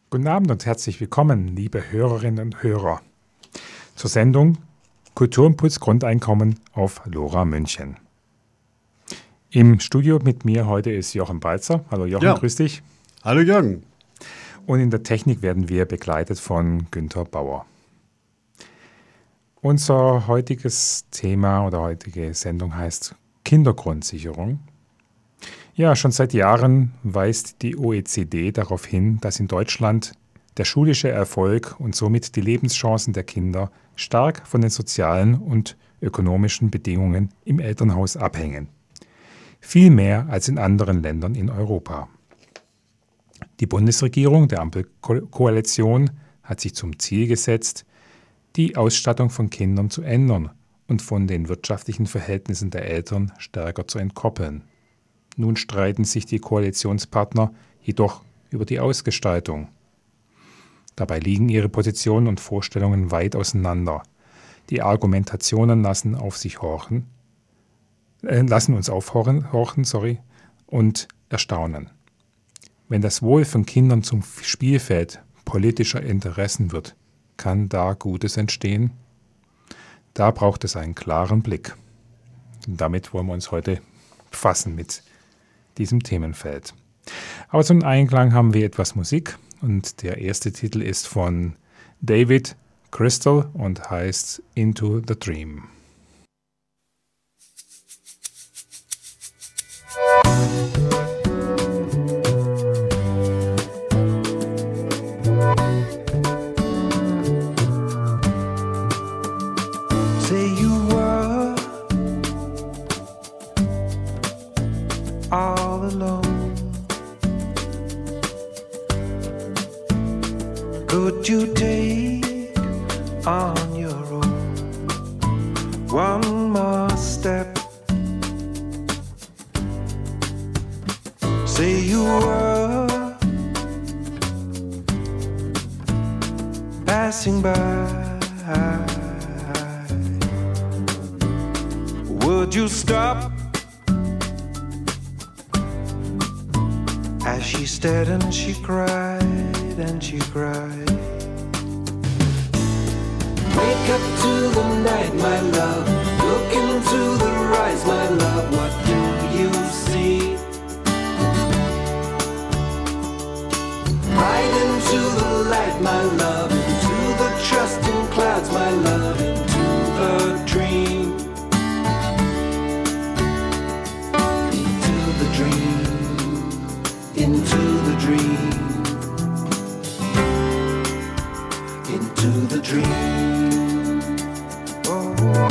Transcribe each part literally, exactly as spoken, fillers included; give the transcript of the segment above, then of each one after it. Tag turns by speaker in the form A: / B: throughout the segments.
A: Guten Abend und herzlich willkommen, liebe Hörerinnen und Hörer, zur Sendung Kulturimpuls Grundeinkommen auf Lora München. Im Studio mit mir heute ist Jochen Balzer. Hallo Jochen,
B: Ja.
A: Grüß dich.
B: Hallo Jürgen.
A: Und in der Technik werden wir begleitet von Günther Bauer. Unser heutiges Thema oder heutige Sendung heißt Kindergrundsicherung. Ja, schon seit Jahren weist die O E C D darauf hin, dass in Deutschland der schulische Erfolg und somit die Lebenschancen der Kinder stark von den sozialen und ökonomischen Bedingungen im Elternhaus abhängen. Viel mehr als in anderen Ländern in Europa. Die Bundesregierung der Ampelkoalition hat sich zum Ziel gesetzt, die Ausstattung von Kindern zu ändern und von den wirtschaftlichen Verhältnissen der Eltern stärker zu entkoppeln. Nun streiten sich die Koalitionspartner jedoch über die Ausgestaltung. Dabei liegen ihre Positionen und Vorstellungen weit auseinander. Die Argumentationen lassen auf sich horchen, äh, lassen uns aufhorchen horchen, sorry, und erstaunen. Wenn das Wohl von Kindern zum Spielfeld politischer Interessen wird, kann da Gutes entstehen? Da braucht es einen klaren Blick. Und damit wollen wir uns heute befassen mit diesem Themenfeld. Aber zum Einklang haben wir etwas Musik und der erste Titel ist von David Crystal und heißt Into the Dream.
C: All alone, could you take on your own one more step? Say you were passing by, would you stop? As she stared and she cried and she cried. Wake up to the night, my love. Look into the rise, my love. What do you see? Right into the light, my love. Into the trusting clouds, my love. Into the dream. Into the dream. Into the dream, into the dream. Oh, oh,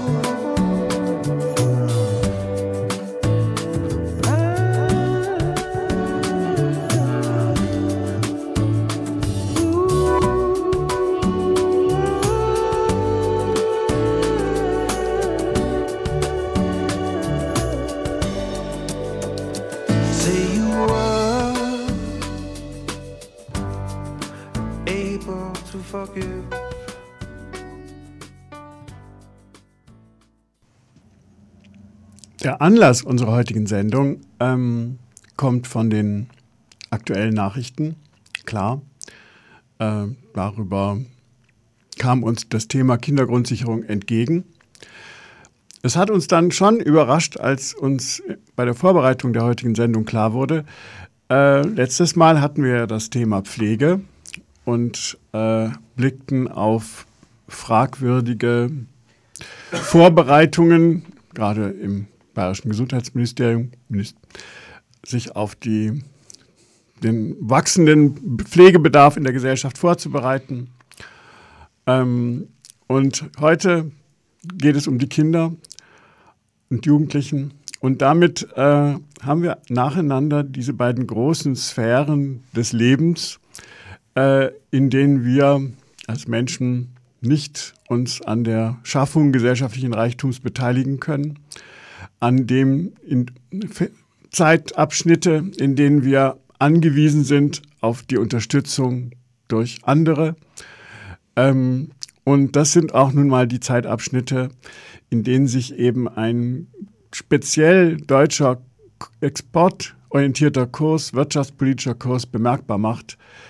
B: Der Anlass unserer heutigen Sendung ähm, kommt von den aktuellen Nachrichten. Klar, äh, darüber kam uns das Thema Kindergrundsicherung entgegen. Es hat uns dann schon überrascht, als uns bei der Vorbereitung der heutigen Sendung klar wurde, äh, letztes Mal hatten wir das Thema Pflege und äh, blickten auf fragwürdige Vorbereitungen, gerade im Bayerischen Gesundheitsministerium, sich auf die, den wachsenden Pflegebedarf in der Gesellschaft vorzubereiten. Ähm, und heute geht es um die Kinder und Jugendlichen. Und damit äh, haben wir nacheinander diese beiden großen Sphären des Lebens, äh, in denen wir als Menschen nicht uns an der Schaffung gesellschaftlichen Reichtums beteiligen können, an dem in Zeitabschnitte, in denen wir angewiesen sind auf die Unterstützung durch andere. Ähm, und das sind auch nun mal die Zeitabschnitte, in denen sich eben ein speziell deutscher exportorientierter Kurs, wirtschaftspolitischer Kurs bemerkbar macht,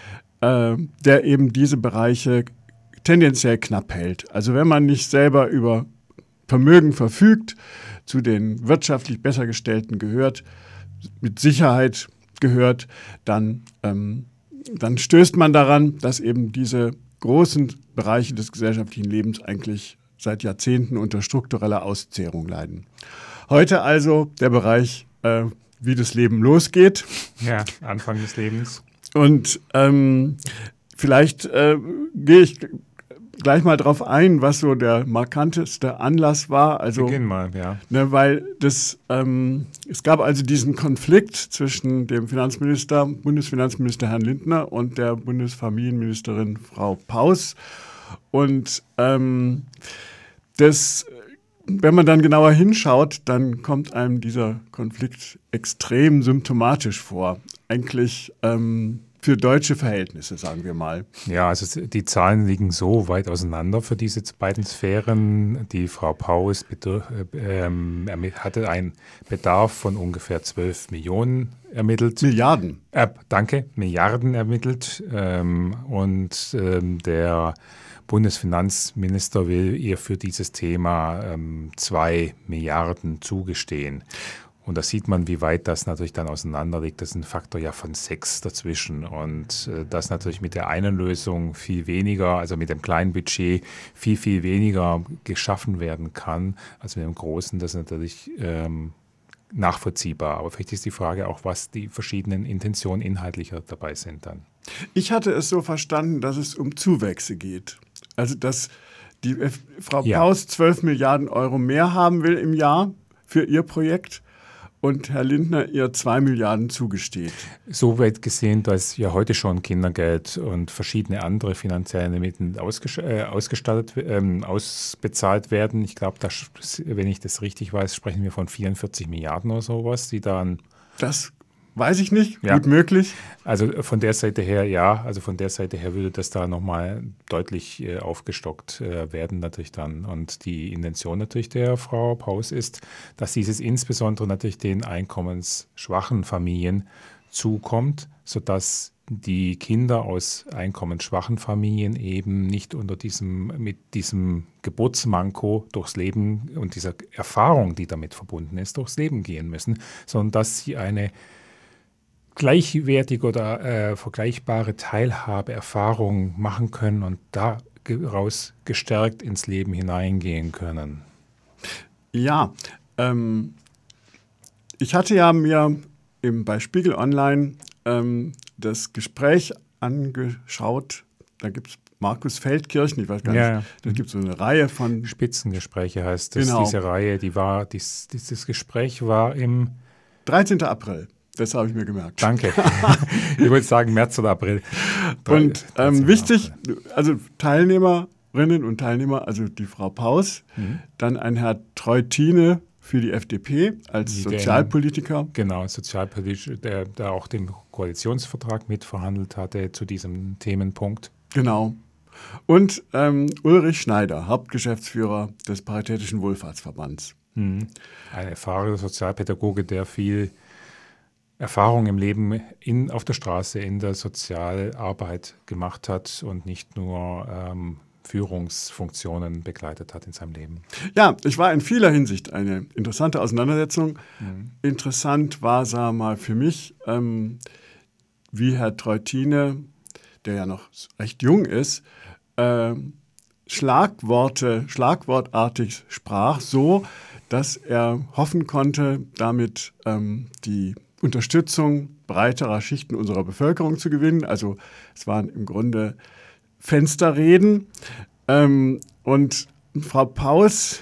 B: äh, der eben diese Bereiche tendenziell knapp hält. Also wenn man nicht selber über Vermögen verfügt, zu den wirtschaftlich besser gestellten gehört, mit Sicherheit gehört, dann, ähm, dann stößt man daran, dass eben diese großen Bereiche des gesellschaftlichen Lebens eigentlich seit Jahrzehnten unter struktureller Auszehrung leiden. Heute also der Bereich, äh, wie das Leben losgeht.
A: Ja, Anfang des Lebens.
B: Und ähm, vielleicht äh, gehe ich gleich mal drauf ein, was so der markanteste Anlass war. Also,
A: Beginn mal, ja.
B: Ne, weil das, ähm, es gab also diesen Konflikt zwischen dem Finanzminister, Bundesfinanzminister Herrn Lindner und der Bundesfamilienministerin Frau Paus. Und ähm, das, wenn man dann genauer hinschaut, dann kommt einem dieser Konflikt extrem symptomatisch vor. Eigentlich ähm, für deutsche Verhältnisse, sagen wir mal.
A: Ja, also die Zahlen liegen so weit auseinander für diese beiden Sphären. Die Frau Paus bedur- äh, ähm, hatte einen Bedarf von ungefähr zwölf Millionen ermittelt.
B: Milliarden.
A: Äh, danke, Milliarden ermittelt. Ähm, und ähm, der Bundesfinanzminister will ihr für dieses Thema ähm, zwei Milliarden zugestehen. Und da sieht man, wie weit das natürlich dann auseinander liegt. Das ist ein Faktor ja von sechs dazwischen. Und äh, das natürlich mit der einen Lösung viel weniger, also mit dem kleinen Budget viel, viel weniger geschaffen werden kann, als mit dem großen. Das ist natürlich ähm, nachvollziehbar. Aber vielleicht ist die Frage auch, was die verschiedenen Intentionen inhaltlicher dabei sind dann.
B: Ich hatte es so verstanden, dass es um Zuwächse geht. Also, dass die F- Frau
A: Ja.
B: Paus zwölf Milliarden Euro mehr haben will im Jahr für ihr Projekt und Herr Lindner ihr zwei Milliarden zugesteht.
A: So weit gesehen, dass ja heute schon Kindergeld und verschiedene andere finanzielle Mittel ausges- äh, ausgestattet, ähm, ausbezahlt werden. Ich glaube, wenn ich das richtig weiß, sprechen wir von vierundvierzig Milliarden oder sowas, die dann.
B: Das weiß ich nicht,
A: Ja.
B: gut möglich.
A: Also von der Seite her, ja, also von der Seite her würde das da nochmal deutlich äh, aufgestockt äh, werden natürlich dann. Und die Intention natürlich der Frau Paus ist, dass dieses insbesondere natürlich den einkommensschwachen Familien zukommt, sodass die Kinder aus einkommensschwachen Familien eben nicht unter diesem, mit diesem Geburtsmanko durchs Leben und dieser Erfahrung, die damit verbunden ist, durchs Leben gehen müssen, sondern dass sie eine gleichwertige oder äh, vergleichbare Teilhabe, Erfahrungen machen können und daraus gestärkt ins Leben hineingehen können.
B: Ja, ähm, ich hatte ja mir im, bei Spiegel Online ähm, das Gespräch angeschaut. Da gibt es Markus Feldkirchen, ich weiß gar
A: Ja,
B: nicht, da gibt es so eine Reihe von
A: Spitzengespräche heißt das,
B: Genau.
A: diese Reihe, die war, dies, dieses Gespräch war im
B: dreizehnten April. Das habe ich mir gemerkt.
A: Danke. Ich wollte sagen März oder April.
B: Und ähm,
A: dreizehnten
B: wichtig,
A: April.
B: also Teilnehmerinnen und Teilnehmer, also die Frau Paus,
A: Mhm.
B: dann ein Herr Treutine für die F D P als
A: Die den-
B: Sozialpolitiker.
A: Genau, sozialpolitisch, der da auch den Koalitionsvertrag mitverhandelt hatte zu diesem Themenpunkt.
B: Genau. Und ähm, Ulrich Schneider, Hauptgeschäftsführer des Paritätischen Wohlfahrtsverbands.
A: Mhm. Ein erfahrener Sozialpädagoge, der viel Erfahrung im Leben in, auf der Straße, in der Sozialarbeit gemacht hat und nicht nur ähm, Führungsfunktionen begleitet hat in seinem Leben.
B: Ja, es war in vieler Hinsicht eine interessante Auseinandersetzung. Interessant war, sagen wir mal, für mich, ähm, wie Herr Treutine, der ja noch recht jung ist, ähm, Schlagworte, schlagwortartig sprach, so, dass er hoffen konnte, damit ähm, die Unterstützung breiterer Schichten unserer Bevölkerung zu gewinnen. Also es waren im Grunde Fensterreden. Ähm, und Frau Paus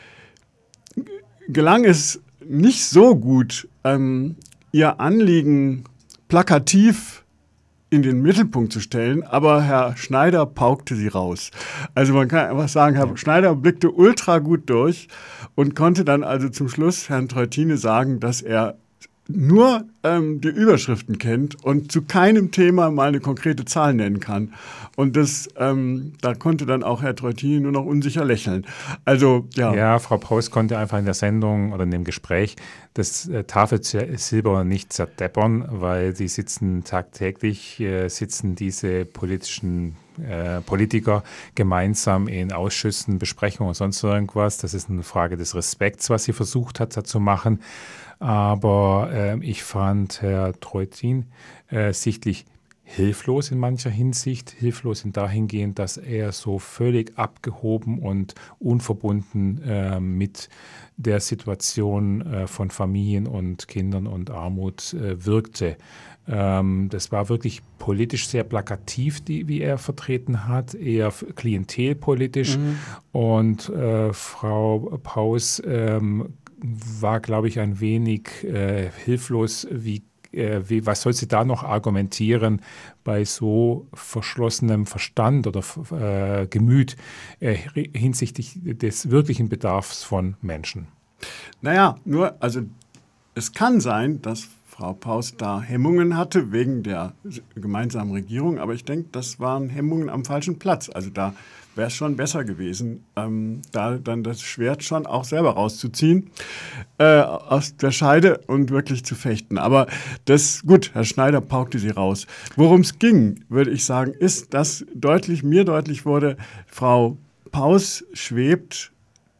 B: gelang es nicht so gut, ähm, ihr Anliegen plakativ in den Mittelpunkt zu stellen, aber Herr Schneider paukte sie raus. Also man kann einfach sagen, Herr Schneider blickte ultra gut durch und konnte dann also zum Schluss Herrn Treutine sagen, dass er nur ähm, die Überschriften kennt und zu keinem Thema mal eine konkrete Zahl nennen kann. Und das, ähm, da konnte dann auch Herr Treutine nur noch unsicher lächeln. Also, ja.
A: Ja, Frau Paus konnte einfach in der Sendung oder in dem Gespräch das äh, Tafelsilber nicht zerdeppern, weil die sitzen tagtäglich, äh, sitzen diese politischen äh, Politiker gemeinsam in Ausschüssen, Besprechungen und sonst irgendwas. Das ist eine Frage des Respekts, was sie versucht hat zu machen. Aber äh, ich fand Herr Treutin äh, sichtlich hilflos in mancher Hinsicht, hilflos in dahingehend, dass er so völlig abgehoben und unverbunden äh, mit der Situation äh, von Familien und Kindern und Armut äh, wirkte. Ähm, das war wirklich politisch sehr plakativ, die, wie er vertreten hat, eher klientelpolitisch. Mhm. Und äh, Frau Paus ähm, war, glaube ich, ein wenig äh, hilflos, wie Wie, was soll sie da noch argumentieren bei so verschlossenem Verstand oder äh, Gemüt äh, hinsichtlich des wirklichen Bedarfs von Menschen?
B: Naja, nur, also es kann sein, dass Frau Paus da Hemmungen hatte wegen der gemeinsamen Regierung, aber ich denke, das waren Hemmungen am falschen Platz. Also da wäre es schon besser gewesen, ähm, da dann das Schwert schon auch selber rauszuziehen äh, aus der Scheide und wirklich zu fechten. Aber das, gut, Herr Schneider paukte sie raus. Worum es ging, würde ich sagen, ist, dass deutlich, mir deutlich wurde, Frau Paus schwebt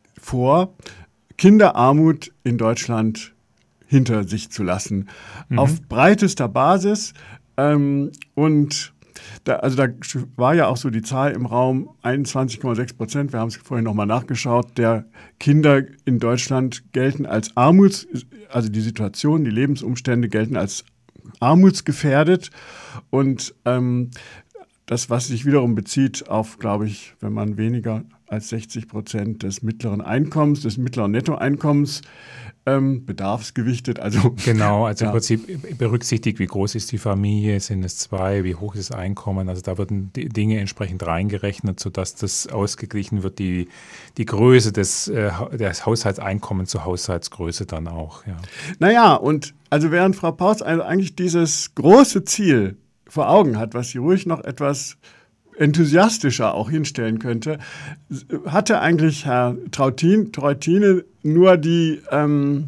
B: vor, Kinderarmut in Deutschland hinter sich zu lassen. Mhm. Auf breitester Basis ähm, und Da, also da war ja auch so die Zahl im Raum, einundzwanzig Komma sechs Prozent, wir haben es vorhin nochmal nachgeschaut, der Kinder in Deutschland gelten als Armuts, also die Situation, die Lebensumstände gelten als armutsgefährdet. Und ähm, das, was sich wiederum bezieht auf, glaube ich, wenn man weniger als sechzig Prozent des mittleren Einkommens, des mittleren Nettoeinkommens, ähm, bedarfsgewichtet. Also,
A: genau, also
B: ja.
A: im Prinzip berücksichtigt, wie groß ist die Familie, sind es zwei, wie hoch ist das Einkommen. Also da werden die Dinge entsprechend reingerechnet, sodass das ausgeglichen wird, die, die Größe des, äh, des Haushaltseinkommens zur Haushaltsgröße dann auch. Ja.
B: Naja, und also während Frau Paus eigentlich dieses große Ziel vor Augen hat, was sie ruhig noch etwas enthusiastischer auch hinstellen könnte, hatte eigentlich Herr Trautin, Treutine nur die ähm,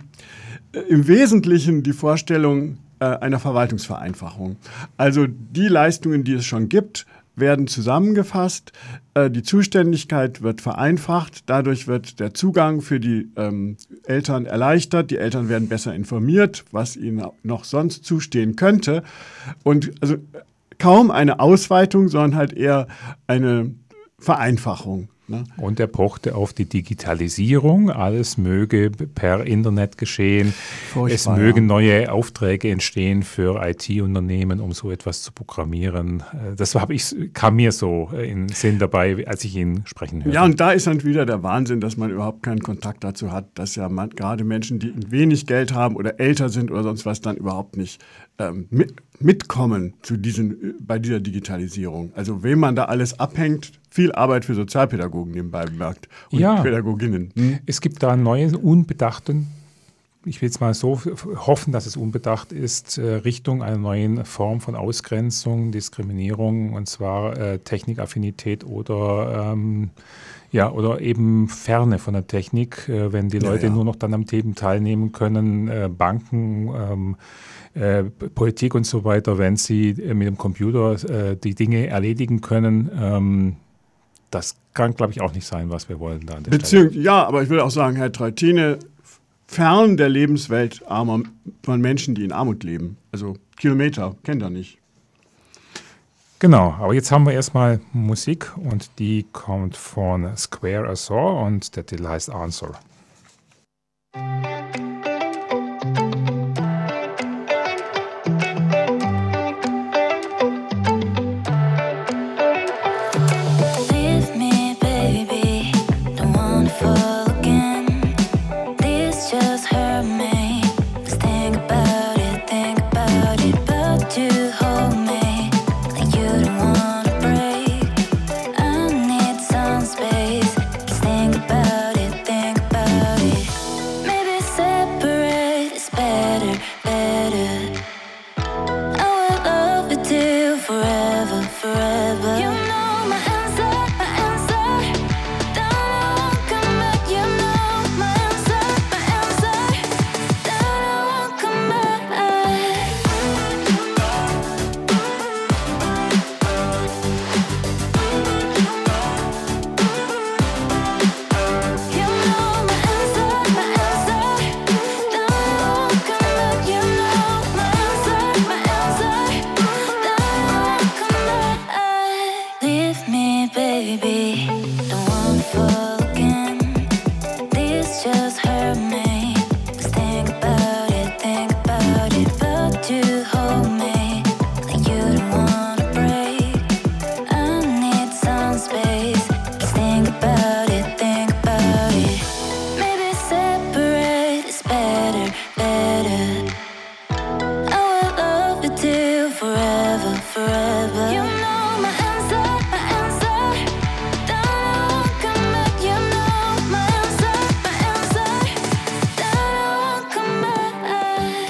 B: im Wesentlichen die Vorstellung äh, einer Verwaltungsvereinfachung. Also die Leistungen, die es schon gibt, werden zusammengefasst, äh, die Zuständigkeit wird vereinfacht, dadurch wird der Zugang für die ähm, Eltern erleichtert, die Eltern werden besser informiert, was ihnen noch sonst zustehen könnte. Und also kaum eine Ausweitung, sondern halt eher eine Vereinfachung. Ne?
A: Und er pochte auf die Digitalisierung. Alles möge per Internet geschehen. Furchtbar, es mögen ja. neue Aufträge entstehen für I T-Unternehmen, um so etwas zu programmieren. Das habe ich, kam mir so in den Sinn dabei, als ich ihn sprechen hörte.
B: Ja, und da ist dann wieder der Wahnsinn, dass man überhaupt keinen Kontakt dazu hat, dass ja man, gerade Menschen, die wenig Geld haben oder älter sind oder sonst was, dann überhaupt nicht ähm, mit, mitkommen zu diesen, bei dieser Digitalisierung. Also wem man da alles abhängt, viel Arbeit für Sozialpädagogen nebenbei bemerkt und
A: ja,
B: Pädagoginnen. Hm?
A: Es gibt da neue, unbedachten, ich will jetzt mal so hoffen, dass es unbedacht ist, äh, Richtung einer neuen Form von Ausgrenzung, Diskriminierung, und zwar äh, Technikaffinität oder, ähm, ja, oder eben Ferne von der Technik, äh, wenn die Leute ja, ja. nur noch dann am Themen teilnehmen können, äh, Banken, ähm, Äh, Politik und so weiter, wenn sie äh, mit dem Computer äh, die Dinge erledigen können. Ähm, das kann, glaube ich, auch nicht sein, was wir wollen da an der
B: Beziehungs- Stelle. Ja, aber ich will auch sagen, Herr Treutine, fern der Lebenswelt armer von Menschen, die in Armut leben. Also Kilometer, kennt er nicht.
A: Genau, aber jetzt haben wir erstmal Musik und die kommt von Square Azor und der Titel heißt Answer.
D: Space, just think about it, think about it. Maybe baby. Don't wanna fall again. This just hurt me. Just think about it, think about it. But you hold me like you don't wanna break. I need some space. Just think about it, think about it. Maybe separate is better, better. I will love you till forever, forever. You know my answer, my answer. Don't won't come back. You know my answer, my answer. Don't won't come back.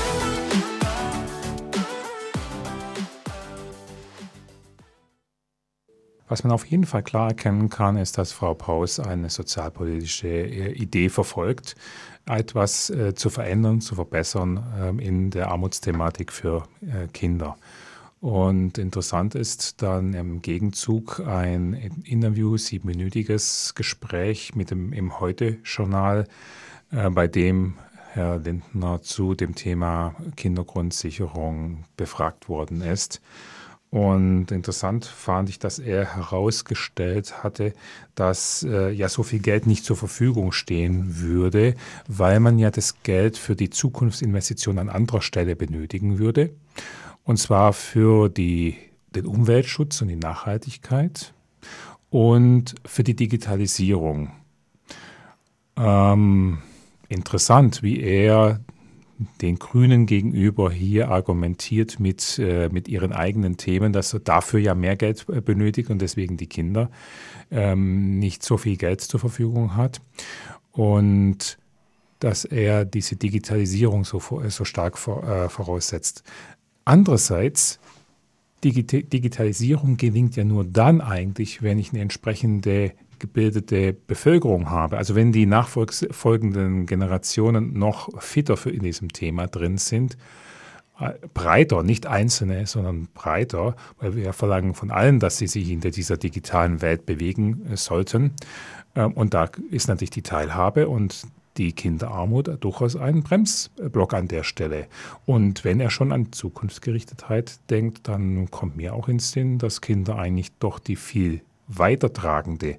A: Was man auf jeden Fall klar erkennen kann, ist, dass Frau Paus eine sozialpolitische äh, Idee verfolgt, etwas äh, zu verändern, zu verbessern ähm, in der Armutsthematik für äh, Kinder. Und interessant ist dann im Gegenzug ein Interview, siebenminütiges Gespräch mit dem im Heute-Journal, äh, bei dem Herr Lindner zu dem Thema Kindergrundsicherung befragt worden ist. Und interessant fand ich, dass er herausgestellt hatte, dass äh, ja so viel Geld nicht zur Verfügung stehen würde, weil man ja das Geld für die Zukunftsinvestition an anderer Stelle benötigen würde. Und zwar für die, den Umweltschutz und die Nachhaltigkeit und für die Digitalisierung. Ähm, interessant, wie er den Grünen gegenüber hier argumentiert mit, äh, mit ihren eigenen Themen, dass er dafür ja mehr Geld äh, benötigt und deswegen die Kinder ähm, nicht so viel Geld zur Verfügung hat. Und dass er diese Digitalisierung so, so stark vor, äh, voraussetzt. Andererseits, Digi- Digitalisierung gelingt ja nur dann eigentlich, wenn ich eine entsprechende gebildete Bevölkerung habe. Also wenn die nachfolgenden Generationen noch fitter für in diesem Thema drin sind, äh, breiter, nicht einzelne, sondern breiter, weil wir ja verlangen von allen, dass sie sich in dieser digitalen Welt bewegen äh, sollten. Ähm, und da ist natürlich die Teilhabe und die Kinderarmut durchaus ein Bremsblock an der Stelle. Und wenn er schon an Zukunftsgerichtetheit denkt, dann kommt mir auch ins Sinn, dass Kinder eigentlich doch die viel weitertragende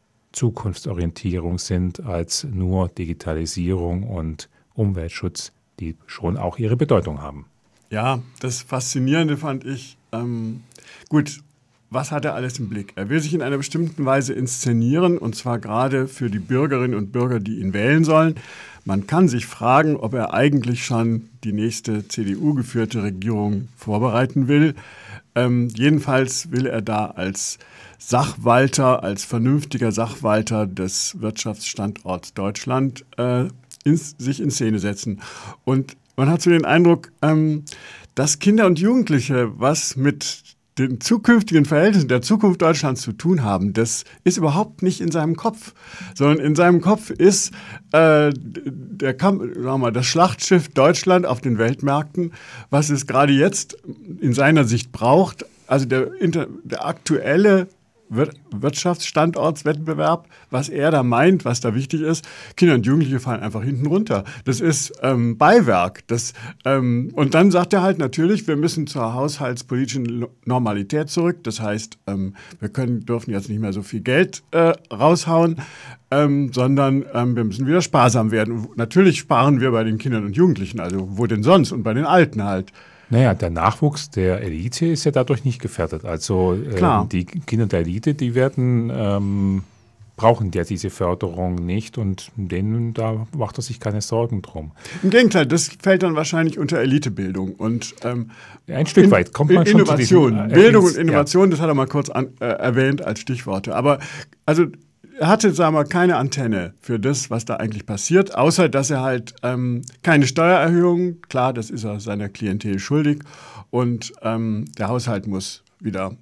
A: Zukunftsorientierung sind als nur Digitalisierung und Umweltschutz, die schon auch ihre Bedeutung haben.
B: Ja, das Faszinierende fand ich, ähm, gut, was hat er alles im Blick? Er will sich in einer bestimmten Weise inszenieren, und zwar gerade für die Bürgerinnen und Bürger, die ihn wählen sollen. Man kann sich fragen, ob er eigentlich schon die nächste C D U-geführte Regierung vorbereiten will. Ähm, jedenfalls will er da als Sachwalter, als vernünftiger Sachwalter des Wirtschaftsstandorts Deutschland äh, ins, sich in Szene setzen. Und man hat so den Eindruck, ähm, dass Kinder und Jugendliche was mit den zukünftigen Verhältnissen der Zukunft Deutschlands zu tun haben, das ist überhaupt nicht in seinem Kopf, sondern in seinem Kopf ist äh, der Kamp- sagen wir mal, das Schlachtschiff Deutschland auf den Weltmärkten, was es gerade jetzt in seiner Sicht braucht, also der, inter- der aktuelle Wir- Wirtschaftsstandortswettbewerb, was er da meint, was da wichtig ist. Kinder und Jugendliche fallen einfach hinten runter. Das ist ähm, Beiwerk. Das, ähm, und dann sagt er halt natürlich, wir müssen zur haushaltspolitischen Normalität zurück. Das heißt, ähm, wir können, dürfen jetzt nicht mehr so viel Geld äh, raushauen, ähm, sondern ähm, wir müssen wieder sparsam werden. Und natürlich sparen wir bei den Kindern und Jugendlichen, also wo denn sonst, und bei den Alten halt.
A: Naja, der Nachwuchs der Elite ist ja dadurch nicht gefährdet. Also äh, die Kinder der Elite, die werden ähm, brauchen ja diese Förderung nicht und denen, da macht er sich keine Sorgen drum.
B: Im Gegenteil, das fällt dann wahrscheinlich unter Elitebildung und ähm,
A: ein Stück in, weit kommt man schon
B: Innovation,
A: zu diesem, äh,
B: Bildung
A: ins,
B: und Innovation,
A: ja.
B: Das hat er mal kurz an, äh, erwähnt als Stichworte. Aber also er hatte, sagen wir, keine Antenne für das, was da eigentlich passiert, außer dass er halt ähm, keine Steuererhöhung, klar, das ist er seiner Klientel schuldig, und ähm, der Haushalt muss wieder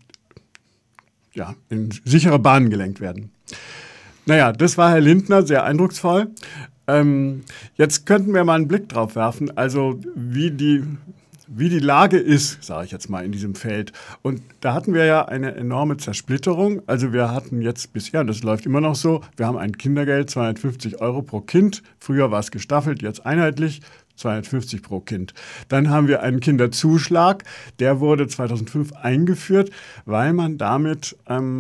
B: ja, in sichere Bahnen gelenkt werden. Naja, das war Herr Lindner, sehr eindrucksvoll. Ähm, jetzt könnten wir mal einen Blick drauf werfen, also wie die, wie die Lage ist, sage ich jetzt mal, in diesem Feld. Und da hatten wir ja eine enorme Zersplitterung. Also wir hatten jetzt bisher, das läuft immer noch so, wir haben ein Kindergeld, zweihundertfünfzig Euro pro Kind. Früher war es gestaffelt, jetzt einheitlich, zweihundertfünfzig pro Kind. Dann haben wir einen Kinderzuschlag, der wurde zweitausendfünf eingeführt, weil man damit ähm,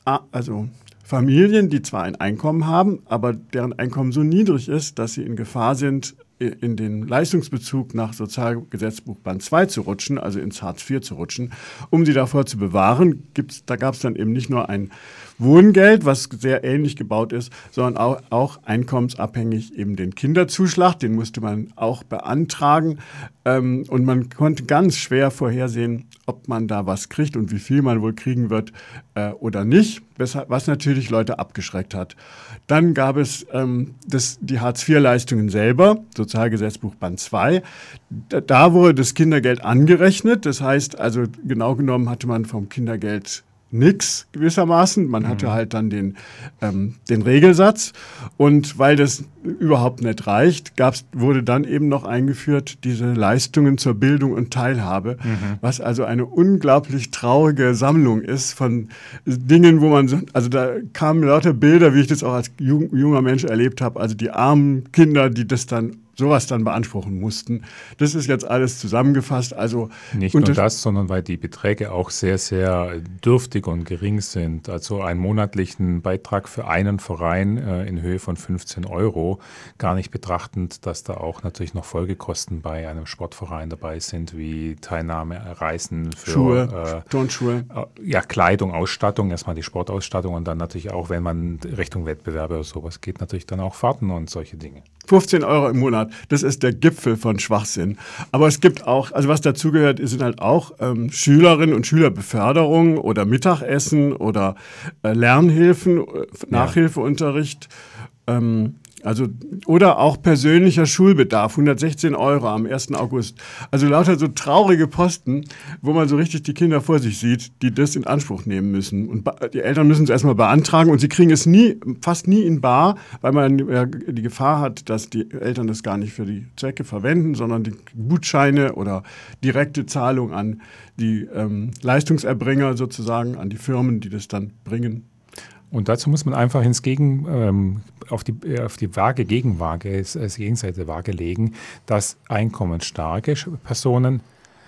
B: also Familien, die zwar ein Einkommen haben, aber deren Einkommen so niedrig ist, dass sie in Gefahr sind, in den Leistungsbezug nach Sozialgesetzbuch Band zwei zu rutschen, also ins Hartz vier zu rutschen. Um sie davor zu bewahren, gibt's, da gab es dann eben nicht nur ein Wohngeld, was sehr ähnlich gebaut ist, sondern auch, auch einkommensabhängig eben den Kinderzuschlag, den musste man auch beantragen. Ähm, und man konnte ganz schwer vorhersehen, ob man da was kriegt und wie viel man wohl kriegen wird äh, oder nicht, was natürlich Leute abgeschreckt hat. Dann gab es ähm, das, die Hartz vier Leistungen selber, Sozialgesetzbuch Band zwei. Da, da wurde das Kindergeld angerechnet. Das heißt, also genau genommen hatte man vom Kindergeld nichts gewissermaßen. Man hatte halt dann den, ähm, den Regelsatz. Und weil das überhaupt nicht reicht, gab's, wurde dann eben noch eingeführt diese Leistungen zur Bildung und Teilhabe, mhm. was also eine unglaublich traurige Sammlung ist von Dingen, wo man, so, also da kamen lauter Bilder, wie ich das auch als jung, junger Mensch erlebt habe, also die armen Kinder, die das dann sowas dann beanspruchen mussten. Das ist jetzt alles zusammengefasst. Also
A: nicht nur das, sondern weil die Beträge auch sehr, sehr dürftig und gering sind. Also einen monatlichen Beitrag für einen Verein äh, in Höhe von fünfzehn Euro, gar nicht betrachtend, dass da auch natürlich noch Folgekosten bei einem Sportverein dabei sind, wie Teilnahme, Reisen für
B: Schuhe,
A: äh,
B: Turnschuhe.
A: Äh, ja, Kleidung, Ausstattung, erstmal die Sportausstattung und dann natürlich auch, wenn man Richtung Wettbewerbe oder sowas geht, natürlich dann auch Fahrten und solche Dinge.
B: fünfzehn Euro im Monat, das ist der Gipfel von Schwachsinn. Aber es gibt auch, also was dazugehört, sind halt auch ähm, Schülerinnen und Schülerbeförderung oder Mittagessen oder äh, Lernhilfen, äh, Nachhilfeunterricht. Ähm, Also, oder auch persönlicher Schulbedarf, hundertsechzehn Euro am ersten August. Also lauter so traurige Posten, wo man so richtig die Kinder vor sich sieht, die das in Anspruch nehmen müssen. Und die Eltern müssen es erstmal beantragen und sie kriegen es nie, fast nie in bar, weil man ja die Gefahr hat, dass die Eltern das gar nicht für die Zwecke verwenden, sondern die Gutscheine oder direkte Zahlung an die ähm, Leistungserbringer sozusagen, an die Firmen, die das dann bringen.
A: Und dazu muss man einfach ins Gegen, ähm, auf die, auf die Waage, Gegenwaage, als Gegenseite Waage legen, dass einkommensstarke Personen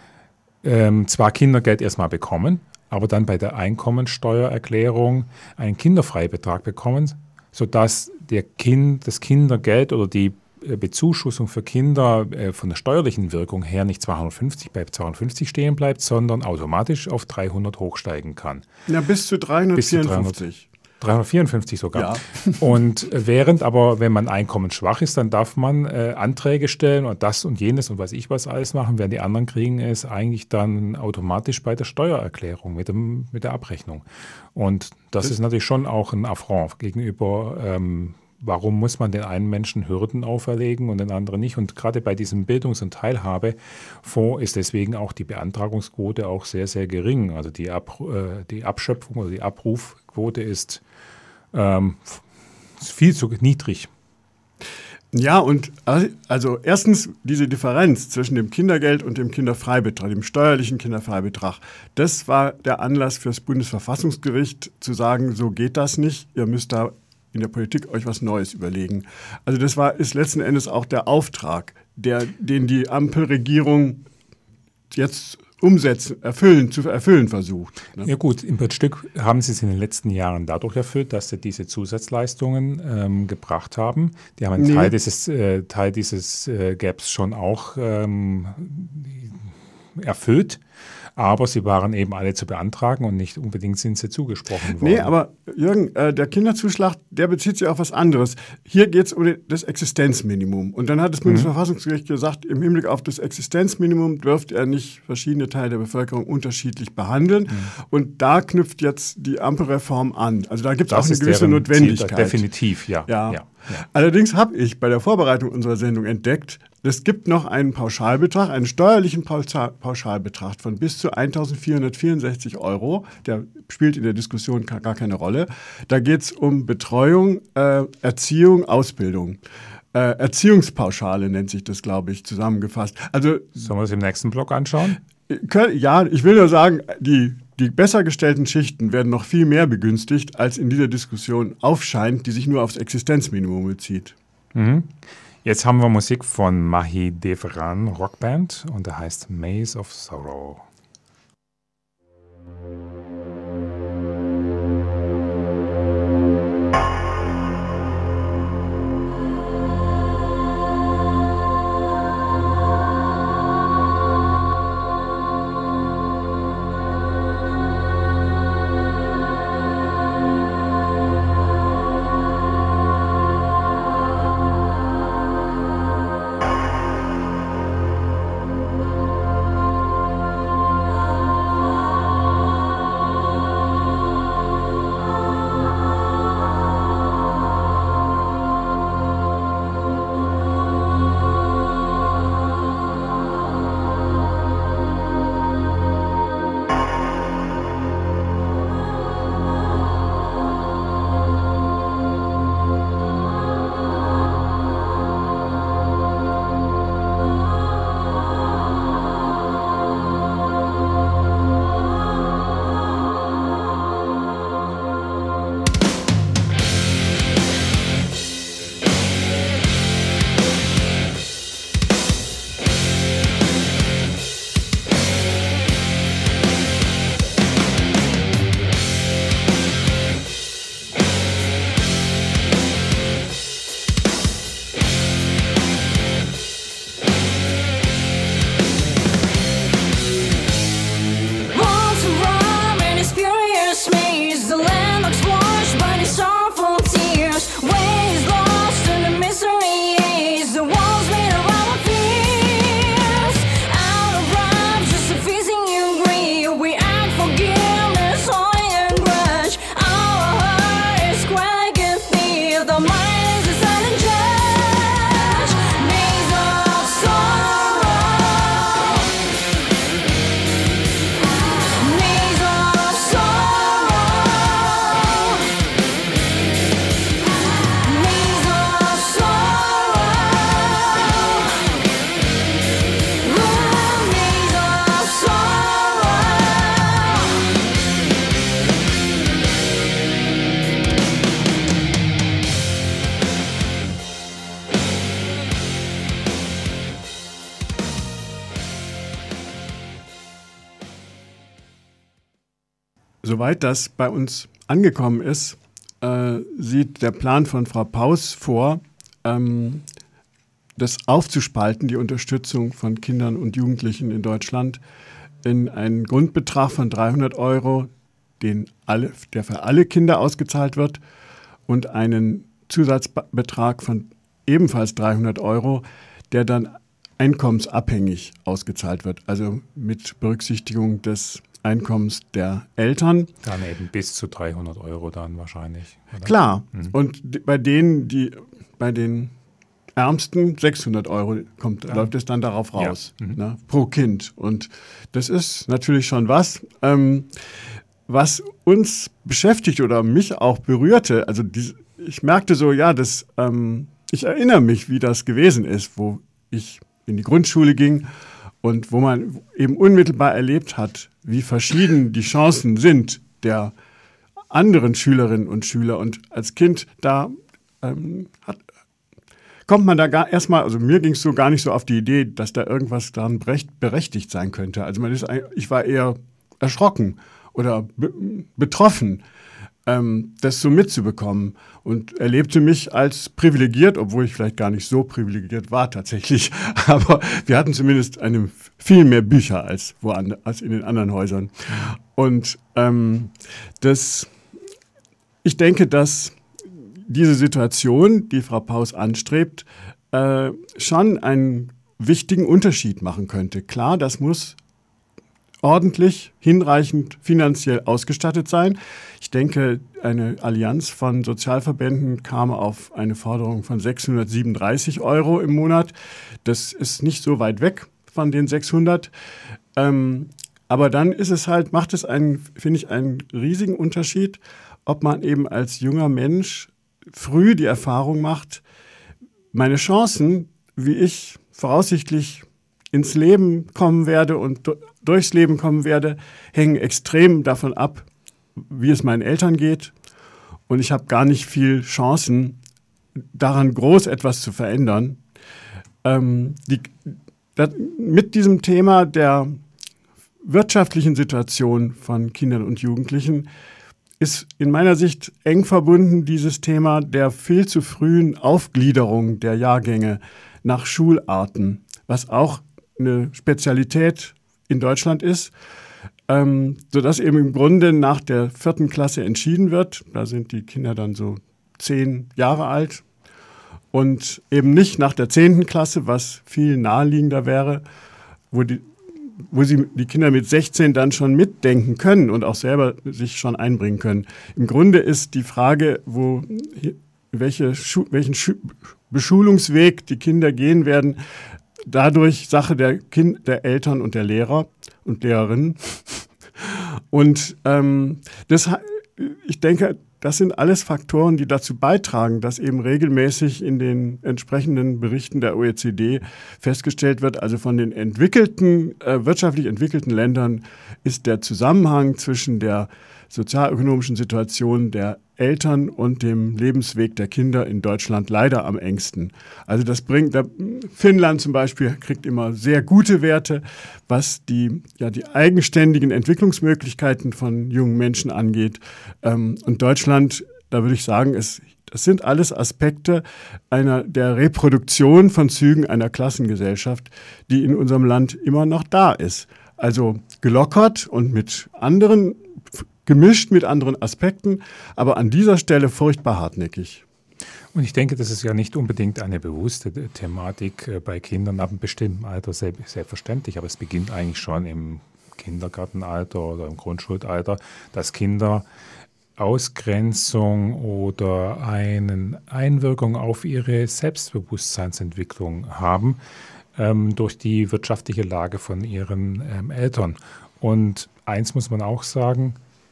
A: ähm, zwar Kindergeld erstmal bekommen, aber dann bei der Einkommensteuererklärung einen Kinderfreibetrag bekommen, sodass der Kind, das Kindergeld oder die Bezuschussung für Kinder äh, von der steuerlichen Wirkung her nicht zweihundertfünfzig bei zweihundertfünfzig stehen bleibt, sondern automatisch auf dreihundert hochsteigen kann.
B: Ja, bis zu dreihundertvierundfünfzig.
A: dreihundertvierundfünfzig sogar.
B: Ja.
A: Und während aber, wenn man einkommensschwach ist, dann darf man äh, Anträge stellen und das und jenes und weiß ich was alles machen, während die anderen kriegen es eigentlich dann automatisch bei der Steuererklärung mit, dem, mit der Abrechnung. Und das, das ist natürlich schon auch ein Affront gegenüber, ähm, warum muss man den einen Menschen Hürden auferlegen und den anderen nicht? Und gerade bei diesem Bildungs- und Teilhabefonds ist deswegen auch die Beantragungsquote auch sehr, sehr gering. Also die, Ab, äh, die Abschöpfung oder die Abrufquote ist ähm, viel zu niedrig.
B: Ja, und also erstens diese Differenz zwischen dem Kindergeld und dem Kinderfreibetrag, dem steuerlichen Kinderfreibetrag, das war der Anlass für das Bundesverfassungsgericht zu sagen, so geht das nicht, ihr müsst da in der Politik euch was Neues überlegen. Also das war, ist letzten Endes auch der Auftrag, der, den die Ampelregierung jetzt umsetzen, erfüllen, zu erfüllen versucht. Ne?
A: Ja gut, im Stück haben sie es in den letzten Jahren dadurch erfüllt, dass sie diese Zusatzleistungen ähm, gebracht haben. Die haben einen nee. Teil dieses, äh, Teil dieses äh, Gaps schon auch ähm, erfüllt. Aber sie waren eben alle zu beantragen und nicht unbedingt sind sie zugesprochen worden.
B: Nee, aber Jürgen, äh, der Kinderzuschlag, der bezieht sich auf was anderes. Hier geht es um das Existenzminimum. Und dann hat das Bundesverfassungsgericht mhm. gesagt, im Hinblick auf das Existenzminimum dürfte er nicht verschiedene Teile der Bevölkerung unterschiedlich behandeln. Mhm. Und da knüpft jetzt die Ampelreform an. Also da gibt es auch eine gewisse Notwendigkeit.
A: Ziel, definitiv, ja.
B: ja.
A: ja. Ja.
B: Allerdings habe ich bei der Vorbereitung unserer Sendung entdeckt, es gibt noch einen Pauschalbetrag, einen steuerlichen Pauschalbetrag von bis zu eintausendvierhundertvierundsechzig Euro. Der spielt in der Diskussion gar keine Rolle. Da geht es um Betreuung, äh, Erziehung, Ausbildung. Äh, Erziehungspauschale nennt sich das, glaube ich, zusammengefasst. Also,
A: sollen wir das im nächsten Blog anschauen?
B: Ja, ich will nur sagen, die Die besser gestellten Schichten werden noch viel mehr begünstigt, als in dieser Diskussion aufscheint, die sich nur aufs Existenzminimum bezieht.
A: Mhm. Jetzt haben wir Musik von Mahi Devran Rockband und der heißt Maze of Sorrow.
E: days. The land looks washed by these sorrowful tears. Ways lost in the misery haze. The walls made of our fears. Out of love, just a feasting you grieve. We act forgiveness, holy and grudge. Our heart is chronic and thief. The mind is a silent judge. Days of sorrow. Days of sorrow. Days of sorrow. Ooh, days of sorrow.
B: Soweit das bei uns angekommen ist, äh, sieht der Plan von Frau Paus vor, ähm, das aufzuspalten, die Unterstützung von Kindern und Jugendlichen in Deutschland, in einen Grundbetrag von dreihundert Euro, den alle, der für alle Kinder ausgezahlt wird, und einen Zusatzbetrag von ebenfalls dreihundert Euro, der dann einkommensabhängig ausgezahlt wird, also mit Berücksichtigung des Einkommens der Eltern.
A: Dann eben bis zu dreihundert Euro dann wahrscheinlich. Oder?
B: Klar. Und d- bei denen, die bei den Ärmsten sechshundert Euro kommt, läuft es dann darauf
A: Ja.
B: raus, ne, pro Kind. Und das ist natürlich schon was, ähm, was uns beschäftigt oder mich auch berührte. Also die, ich merkte so, ja, das, ähm, ich erinnere mich, wie das gewesen ist, wo ich in die Grundschule ging und wo man eben unmittelbar erlebt hat, wie verschieden die Chancen sind der anderen Schülerinnen und Schüler. Und als Kind, da ähm, hat, kommt man da gar erstmal, also mir ging es so gar nicht so auf die Idee, dass da irgendwas daran berecht, berechtigt sein könnte. Also man ist, ein- ich war eher erschrocken oder be betroffen, ähm, das so mitzubekommen, und erlebte mich als privilegiert, obwohl ich vielleicht gar nicht so privilegiert war tatsächlich. Aber wir hatten zumindest eine, viel mehr Bücher als, woanders, als in den anderen Häusern. Und ähm, das, ich denke, dass diese Situation, die Frau Paus anstrebt, äh, schon einen wichtigen Unterschied machen könnte. Klar, das muss ordentlich, hinreichend finanziell ausgestattet sein. Ich denke, eine Allianz von Sozialverbänden kam auf eine Forderung von sechshundertsiebenunddreißig Euro im Monat. Das ist nicht so weit weg von den sechshundert. Ähm, aber dann ist es halt, macht es einen, finde ich, einen riesigen Unterschied, ob man eben als junger Mensch früh die Erfahrung macht, meine Chancen, wie ich voraussichtlich ins Leben kommen werde und du- durchs Leben kommen werde, hängen extrem davon ab, wie es meinen Eltern geht. Und ich habe gar nicht viel Chancen, daran groß etwas zu verändern. Ähm, die, das, mit diesem Thema der wirtschaftlichen Situation von Kindern und Jugendlichen ist in meiner Sicht eng verbunden dieses Thema der viel zu frühen Aufgliederung der Jahrgänge nach Schularten, was auch eine Spezialität in Deutschland ist, ähm, sodass eben im Grunde nach der vierten Klasse entschieden wird. Da sind die Kinder dann so zehn Jahre alt, und eben nicht nach der zehnten Klasse, was viel naheliegender wäre, wo die wo sie die Kinder mit sechzehn dann schon mitdenken können und auch selber sich schon einbringen können. Im Grunde ist die Frage, wo, welche Schu welchen Schu Beschulungsweg die Kinder gehen werden, dadurch Sache der, kind der Eltern und der Lehrer und Lehrerinnen. Und ähm, das, ich denke, das sind alles Faktoren, die dazu beitragen, dass eben regelmäßig in den entsprechenden Berichten der O E C D festgestellt wird, also von den entwickelten, äh, wirtschaftlich entwickelten Ländern ist der Zusammenhang zwischen der sozialökonomischen Situation der Eltern und dem Lebensweg der Kinder in Deutschland leider am engsten. Also das bringt, da, Finnland zum Beispiel kriegt immer sehr gute Werte, was die, ja, die eigenständigen Entwicklungsmöglichkeiten von jungen Menschen angeht. Ähm, und Deutschland, da würde ich sagen, es, das sind alles Aspekte einer, der Reproduktion von Zügen einer Klassengesellschaft, die in unserem Land immer noch da ist. Also gelockert und mit anderen gemischt mit anderen Aspekten, aber an dieser Stelle furchtbar hartnäckig.
A: Und ich denke, das ist ja nicht unbedingt eine bewusste Thematik äh, bei Kindern ab einem bestimmten Alter, selbstverständlich, aber es beginnt eigentlich schon im Kindergartenalter oder im Grundschulalter, dass Kinder Ausgrenzung oder eine Einwirkung auf ihre Selbstbewusstseinsentwicklung haben ähm, durch die wirtschaftliche Lage von ihren ähm, Eltern. Und eins muss man auch sagen,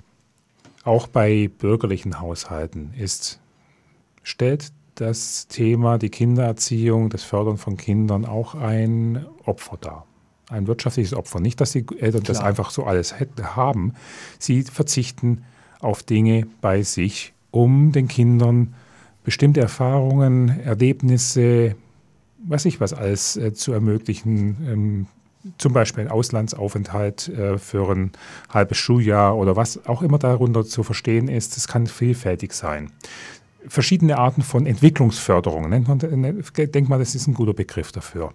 A: auch bei bürgerlichen Haushalten ist, stellt das Thema, die Kindererziehung, das Fördern von Kindern auch ein Opfer dar. Ein wirtschaftliches Opfer. Nicht, dass die Eltern Klar. das einfach so alles hätten, haben. Sie verzichten auf Dinge bei sich, um den Kindern bestimmte Erfahrungen, Erlebnisse, weiß ich was alles äh, zu ermöglichen. Ähm, zum Beispiel einen Auslandsaufenthalt äh, für ein halbes Schuljahr oder was auch immer darunter zu verstehen ist. Das kann vielfältig sein. Verschiedene Arten von Entwicklungsförderung. Nennt man, denkt man, das ist ein guter Begriff dafür.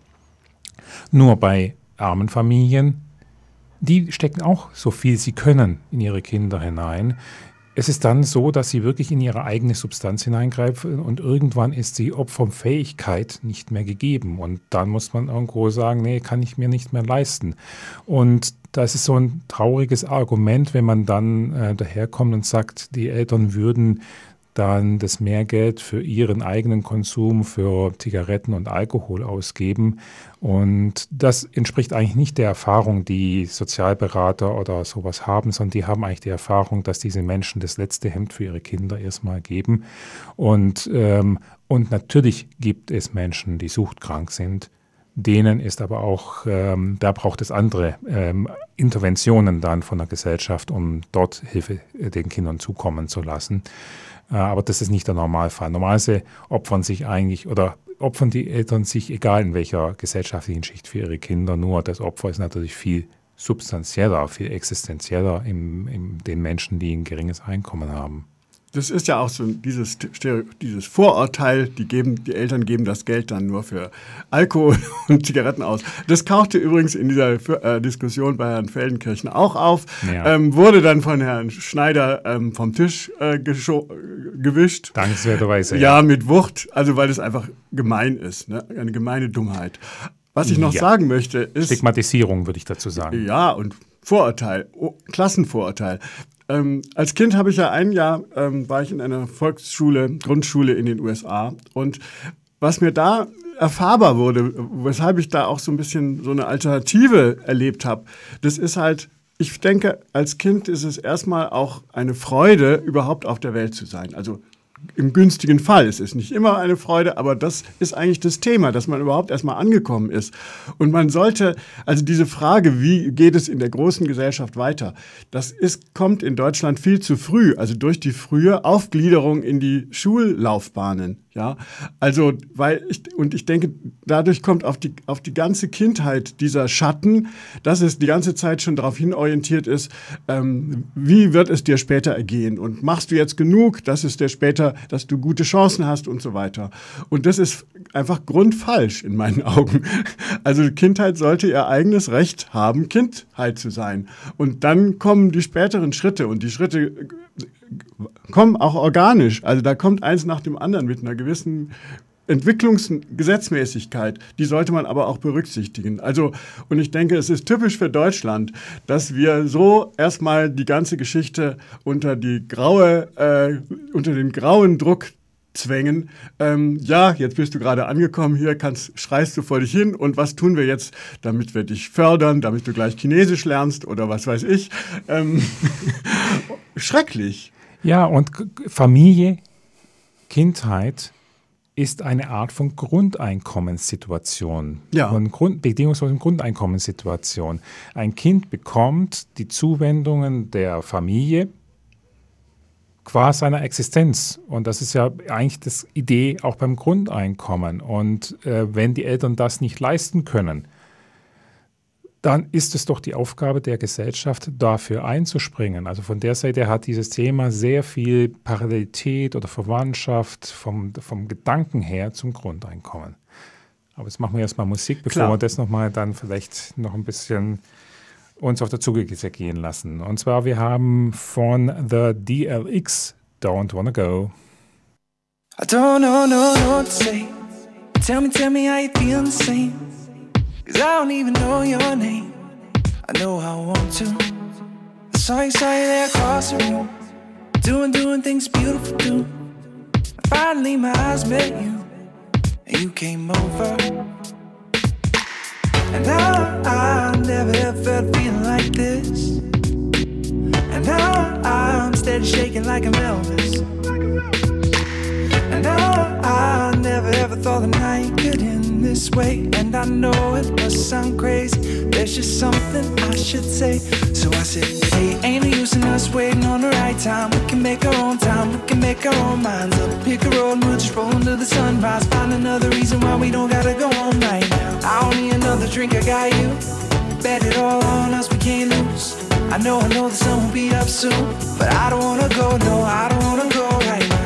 A: Nur bei armen Familien, die stecken auch so viel sie können in ihre Kinder hinein. Es ist dann so, dass sie wirklich in ihre eigene Substanz hineingreifen und irgendwann ist die Opferfähigkeit nicht mehr gegeben. Und dann muss man irgendwo sagen, nee, kann ich mir nicht mehr leisten. Und das ist so ein trauriges Argument, wenn man dann äh, daherkommt und sagt, die Eltern würden dann das Mehrgeld für ihren eigenen Konsum, für Zigaretten und Alkohol ausgeben. Und das entspricht eigentlich nicht der Erfahrung, die Sozialberater oder sowas haben, sondern die haben eigentlich die Erfahrung, dass diese Menschen das letzte Hemd für ihre Kinder erstmal geben. Und, ähm, und natürlich gibt es Menschen, die suchtkrank sind. Denen ist aber auch, ähm, da braucht es andere ähm, Interventionen dann von der Gesellschaft, um dort Hilfe äh, den Kindern zukommen zu lassen. Äh, aber das ist nicht der Normalfall. Normalerweise opfern sich eigentlich oder opfern die Eltern sich, egal in welcher gesellschaftlichen Schicht, für ihre Kinder. Nur das Opfer ist natürlich viel substanzieller, viel existenzieller in, in den Menschen, die ein geringes Einkommen haben.
B: Das ist ja auch so dieses, Stereo, dieses Vorurteil, die, geben, die Eltern geben das Geld dann nur für Alkohol und Zigaretten aus. Das tauchte übrigens in dieser äh, Diskussion bei Herrn Feldenkirchen auch auf, ja. ähm, wurde dann von Herrn Schneider ähm, vom Tisch äh, gescho- gewischt.
A: Dankenswerterweise.
B: Ja, ja, mit Wucht, also weil es einfach gemein ist, ne? Eine gemeine Dummheit. Was ich noch ja. sagen möchte ist...
A: Stigmatisierung würde ich dazu sagen.
B: Ja, und Vorurteil, oh, Klassenvorurteil. Ähm, als Kind habe ich ja ein Jahr, ähm, war ich in einer Volksschule, Grundschule in den U S A. Und was mir da erfahrbar wurde, weshalb ich da auch so ein bisschen so eine Alternative erlebt habe, das ist halt, ich denke, als Kind ist es erstmal auch eine Freude, überhaupt auf der Welt zu sein. Also im günstigen Fall. Es ist nicht immer eine Freude, aber das ist eigentlich das Thema, dass man überhaupt erstmal angekommen ist. Und man sollte, also diese Frage, wie geht es in der großen Gesellschaft weiter, das ist, kommt in Deutschland viel zu früh, also durch die frühe Aufgliederung in die Schullaufbahnen. Ja, also, weil ich, und ich denke, dadurch kommt auf die, auf die ganze Kindheit dieser Schatten, dass es die ganze Zeit schon darauf hinorientiert ist, ähm, wie wird es dir später ergehen und machst du jetzt genug, dass es dir später, dass du gute Chancen hast und so weiter. Und das ist einfach grundfalsch in meinen Augen. Also Kindheit sollte ihr eigenes Recht haben, Kindheit zu sein. Und dann kommen die späteren Schritte und die Schritte kommen auch organisch. Also da kommt eins nach dem anderen mit einer gewissen Entwicklungsgesetzmäßigkeit. Die sollte man aber auch berücksichtigen. Also, und ich denke, es ist typisch für Deutschland, dass wir so erstmal die ganze Geschichte unter die graue, äh, unter den grauen Druck zwängen. Ähm, ja, jetzt bist du gerade angekommen, hier kannst, schreist du vor dich hin und was tun wir jetzt, damit wir dich fördern, damit du gleich Chinesisch lernst oder was weiß ich. Ähm, schrecklich.
A: Ja, und Familie, Kindheit ist eine Art von Grundeinkommenssituation,
B: ja.
A: von Grund, bedingungslosen Grundeinkommenssituation. Ein Kind bekommt die Zuwendungen der Familie qua seiner Existenz. Und das ist ja eigentlich das Idee auch beim Grundeinkommen. Und äh, wenn die Eltern das nicht leisten können, dann ist es doch die Aufgabe der Gesellschaft, dafür einzuspringen. Also von der Seite hat dieses Thema sehr viel Parallelität oder Verwandtschaft vom, vom Gedanken her zum Grundeinkommen. Aber jetzt machen wir erstmal Musik, bevor
B: Klar.
A: wir das nochmal dann vielleicht noch ein bisschen uns auf der Zunge zergehen lassen. Und zwar, wir haben von The D L X Don't Wanna Go.
F: I don't know, no, no what to say. Tell me, tell me how you feeling the same. Cause I don't even know your name. I know I want to. I saw you, saw you there across the room. Doing, doing things beautiful too. And finally my eyes met you. And you came over. And now I never ever felt feeling like this. And now I'm steady shaking like I'm Elvis. And now I never ever thought the night could end this way. And I know it must sound crazy. There's just something I should say. So I said, hey, ain't no use in us waiting on the right time. We can make our own time, we can make our own minds up. Pick a road and we'll just roll into the sunrise. Find another reason why we don't gotta go on right now. I don't need another drink, I got you. Bet it all on us, we can't lose. I know, I know the sun will be up soon. But I don't wanna go, no, I don't wanna go right now.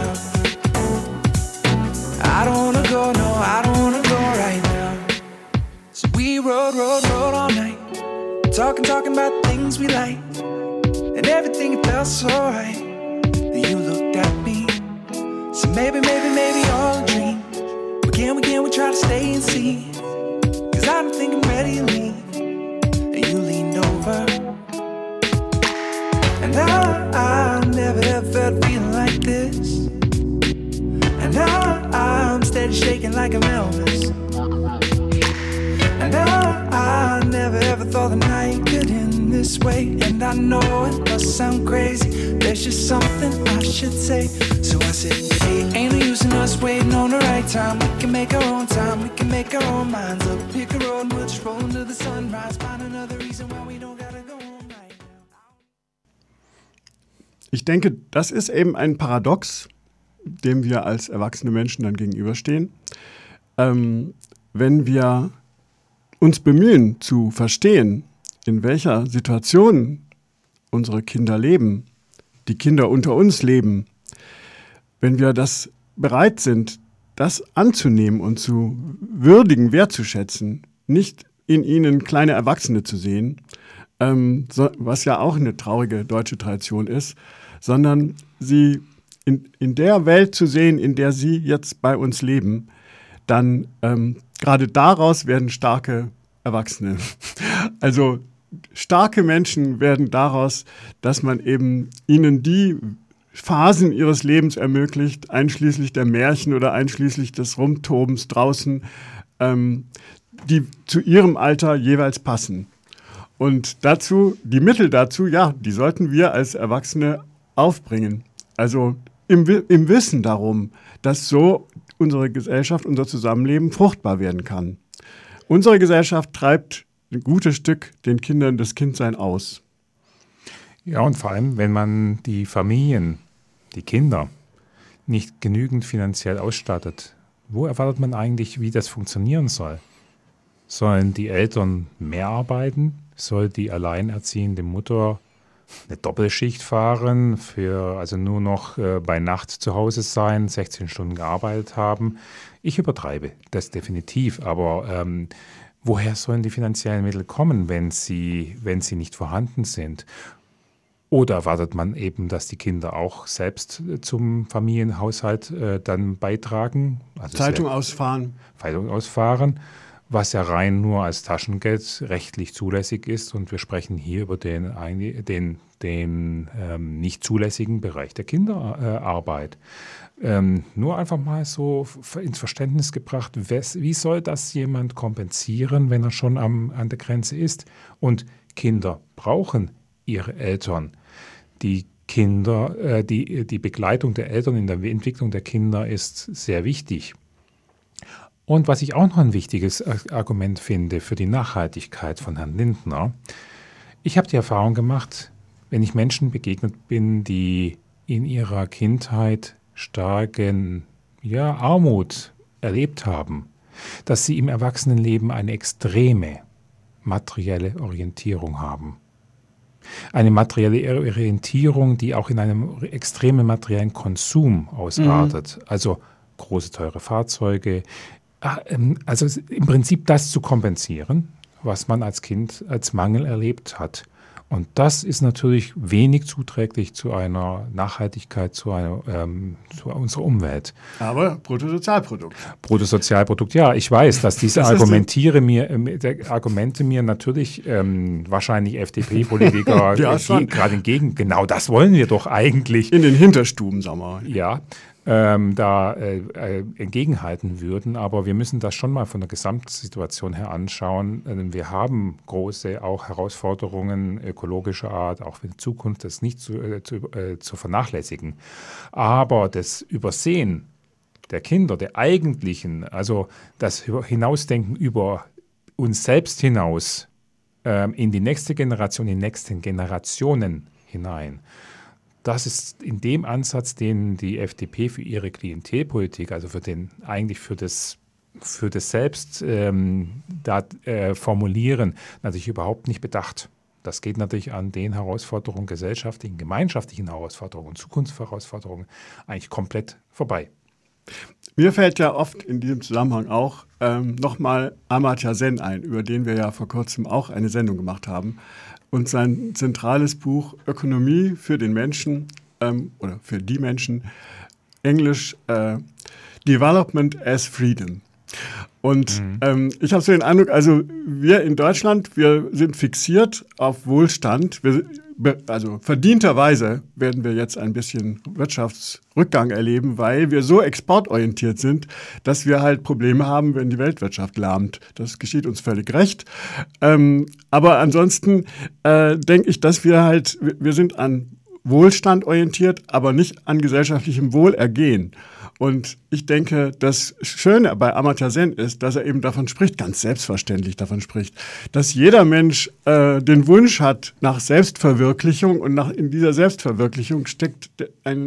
F: I don't wanna go, no, I don't wanna go right now. So we rode, rode, rode all night. Talking, talking about things we like. And everything it felt so right. Then you looked at me. So maybe, maybe, maybe all a dream. But can we, can we try to stay and see? Cause I don't think I'm ready to leave. And you leaned over. And now I never ever felt feeling like this. And now I'm steady shaking like I'm Elvis. And now I never ever thought the night could end this way. And I know it must sound crazy. There's just something I should say. So I said, hey, ain't no use in us waiting on the right time. We can make our own time, we can make our own minds up. Pick a road and we'll just roll into the sunrise. Find another reason why we don't gotta go home right now.
B: Ich denke, das ist eben ein Paradox, dem wir als erwachsene Menschen dann gegenüberstehen. Ähm, wenn wir uns bemühen zu verstehen, in welcher Situation unsere Kinder leben, die Kinder unter uns leben, wenn wir das bereit sind, das anzunehmen und zu würdigen, wertzuschätzen, nicht in ihnen kleine Erwachsene zu sehen, ähm, so, was ja auch eine traurige deutsche Tradition ist, sondern sie in, in der Welt zu sehen, in der sie jetzt bei uns leben, dann ähm, gerade daraus werden starke Erwachsene. Also starke Menschen werden daraus, dass man eben ihnen die Phasen ihres Lebens ermöglicht, einschließlich der Märchen oder einschließlich des Rumtobens draußen, ähm, die zu ihrem Alter jeweils passen. Und dazu, die Mittel dazu, ja, die sollten wir als Erwachsene aufbringen. Also im, im Wissen darum, dass so unsere Gesellschaft, unser Zusammenleben fruchtbar werden kann. Unsere Gesellschaft treibt ein gutes Stück den Kindern das Kindsein aus.
A: Ja, und vor allem, wenn man die Familien, die Kinder, nicht genügend finanziell ausstattet, wo erwartet man eigentlich, wie das funktionieren soll? Sollen die Eltern mehr arbeiten? Soll die alleinerziehende Mutter eine Doppelschicht fahren, für also nur noch äh, bei Nacht zu Hause sein, sechzehn Stunden gearbeitet haben? Ich übertreibe das definitiv, aber ähm, woher sollen die finanziellen Mittel kommen, wenn sie, wenn sie nicht vorhanden sind? Oder erwartet man eben, dass die Kinder auch selbst zum Familienhaushalt äh, dann beitragen? Also
B: Zeitung ausfahren.
A: Zeitung ausfahren, was ja rein nur als Taschengeld rechtlich zulässig ist. Und wir sprechen hier über den, den, den ähm, nicht zulässigen Bereich der Kinderarbeit. Ähm, nur einfach mal so ins Verständnis gebracht, wes, wie soll das jemand kompensieren, wenn er schon am, an der Grenze ist? Und Kinder brauchen ihre Eltern. Die Kinder, äh, die, die Begleitung der Eltern in der Entwicklung der Kinder ist sehr wichtig. Und was ich auch noch ein wichtiges Argument finde für die Nachhaltigkeit von Herrn Lindner, ich habe die Erfahrung gemacht, wenn ich Menschen begegnet bin, die in ihrer Kindheit starken ja, Armut erlebt haben, dass sie im Erwachsenenleben eine extreme materielle Orientierung haben. Eine materielle Orientierung, die auch in einem extremen materiellen Konsum ausartet. Mhm. Also große, teure Fahrzeuge. Also im Prinzip das zu kompensieren, was man als Kind als Mangel erlebt hat. Und das ist natürlich wenig zuträglich zu einer Nachhaltigkeit, zu, einer, ähm, zu unserer Umwelt.
B: Aber Bruttosozialprodukt.
A: Bruttosozialprodukt, ja, ich weiß, dass diese
B: Das ist
A: Argumentiere mir, äh, der Argumente mir natürlich ähm, wahrscheinlich F D P-Politiker
B: Ja,
A: äh,
B: schon.
A: gerade entgegen, genau das wollen wir doch eigentlich.
B: In den Hinterstuben, sagen wir mal.
A: Ja, ähm, da äh, äh, entgegenhalten würden. Aber wir müssen das schon mal von der Gesamtsituation her anschauen. Ähm, wir haben große auch Herausforderungen ökologischer Art, auch für die Zukunft, das nicht zu, äh, zu, äh, zu vernachlässigen. Aber das Übersehen der Kinder, der eigentlichen, also das Hinausdenken über uns selbst hinaus ähm, in die nächste Generation, in die nächsten Generationen hinein, das ist in dem Ansatz, den die F D P für ihre Klientelpolitik, also für den eigentlich für das für das Selbst ähm, da, äh, formulieren, natürlich überhaupt nicht bedacht. Das geht natürlich an den Herausforderungen, gesellschaftlichen, gemeinschaftlichen Herausforderungen, Zukunftsherausforderungen eigentlich komplett vorbei.
B: Mir fällt ja oft in diesem Zusammenhang auch ähm, nochmal Amartya Sen ein, über den wir ja vor kurzem auch eine Sendung gemacht haben. Und sein zentrales Buch Ökonomie für den Menschen ähm, oder für die Menschen, Englisch äh, Development as Freedom. Und mhm. ähm, ich habe so den Eindruck, also wir in Deutschland, wir sind fixiert auf Wohlstand. Wir, also verdienterweise werden wir jetzt ein bisschen Wirtschaftsrückgang erleben, weil wir so exportorientiert sind, dass wir halt Probleme haben, wenn die Weltwirtschaft lahmt. Das geschieht uns völlig recht. Ähm, aber ansonsten äh, denke ich, dass wir halt, wir sind an Wohlstand orientiert, aber nicht an gesellschaftlichem Wohlergehen. Und ich denke, das Schöne bei Amartya Sen ist, dass er eben davon spricht, ganz selbstverständlich davon spricht, dass jeder Mensch äh, den Wunsch hat nach Selbstverwirklichung und nach, in dieser Selbstverwirklichung steckt ein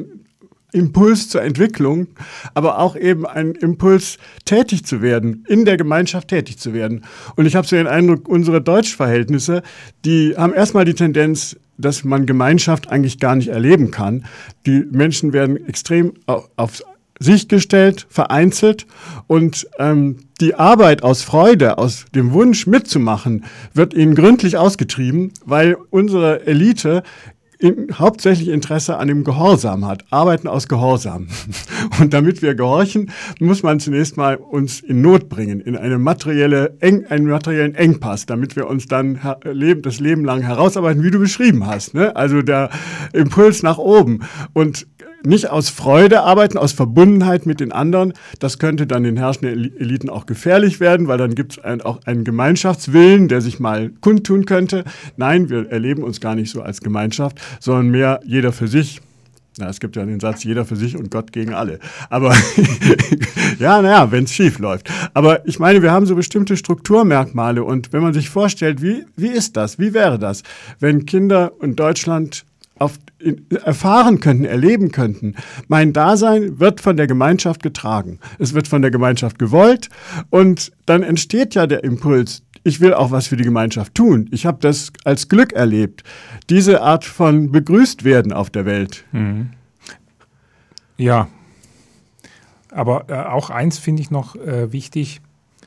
B: Impuls zur Entwicklung, aber auch eben ein Impuls, tätig zu werden, in der Gemeinschaft tätig zu werden. Und ich habe so den Eindruck, unsere Deutschverhältnisse, die haben erstmal die Tendenz, dass man Gemeinschaft eigentlich gar nicht erleben kann. Die Menschen werden extrem auf, auf sich gestellt, vereinzelt und ähm, die Arbeit aus Freude, aus dem Wunsch mitzumachen, wird ihnen gründlich ausgetrieben, weil unsere Elite in, hauptsächlich Interesse an dem Gehorsam hat, Arbeiten aus Gehorsam. Und damit wir gehorchen, muss man zunächst mal uns in Not bringen, in eine materielle Eng, einen materiellen Engpass, damit wir uns dann her- leben, das Leben lang herausarbeiten, wie du beschrieben hast. Ne? Also der Impuls nach oben. Und nicht aus Freude arbeiten, aus Verbundenheit mit den anderen. Das könnte dann den herrschenden Eliten auch gefährlich werden, weil dann gibt es ein, auch einen Gemeinschaftswillen, der sich mal kundtun könnte. Nein, wir erleben uns gar nicht so als Gemeinschaft, sondern mehr jeder für sich. Na, es gibt ja den Satz, jeder für sich und Gott gegen alle. Aber ja, naja, wenn es schief läuft. Aber ich meine, wir haben so bestimmte Strukturmerkmale und wenn man sich vorstellt, wie, wie ist das, wie wäre das, wenn Kinder in Deutschland auf, in, erfahren könnten, erleben könnten, mein Dasein wird von der Gemeinschaft getragen. Es wird von der Gemeinschaft gewollt und dann entsteht ja der Impuls, ich will auch was für die Gemeinschaft tun. Ich habe das als Glück erlebt, diese Art von begrüßt werden auf der Welt.
A: Mhm. Ja, aber äh, auch eins finde ich noch äh, wichtig,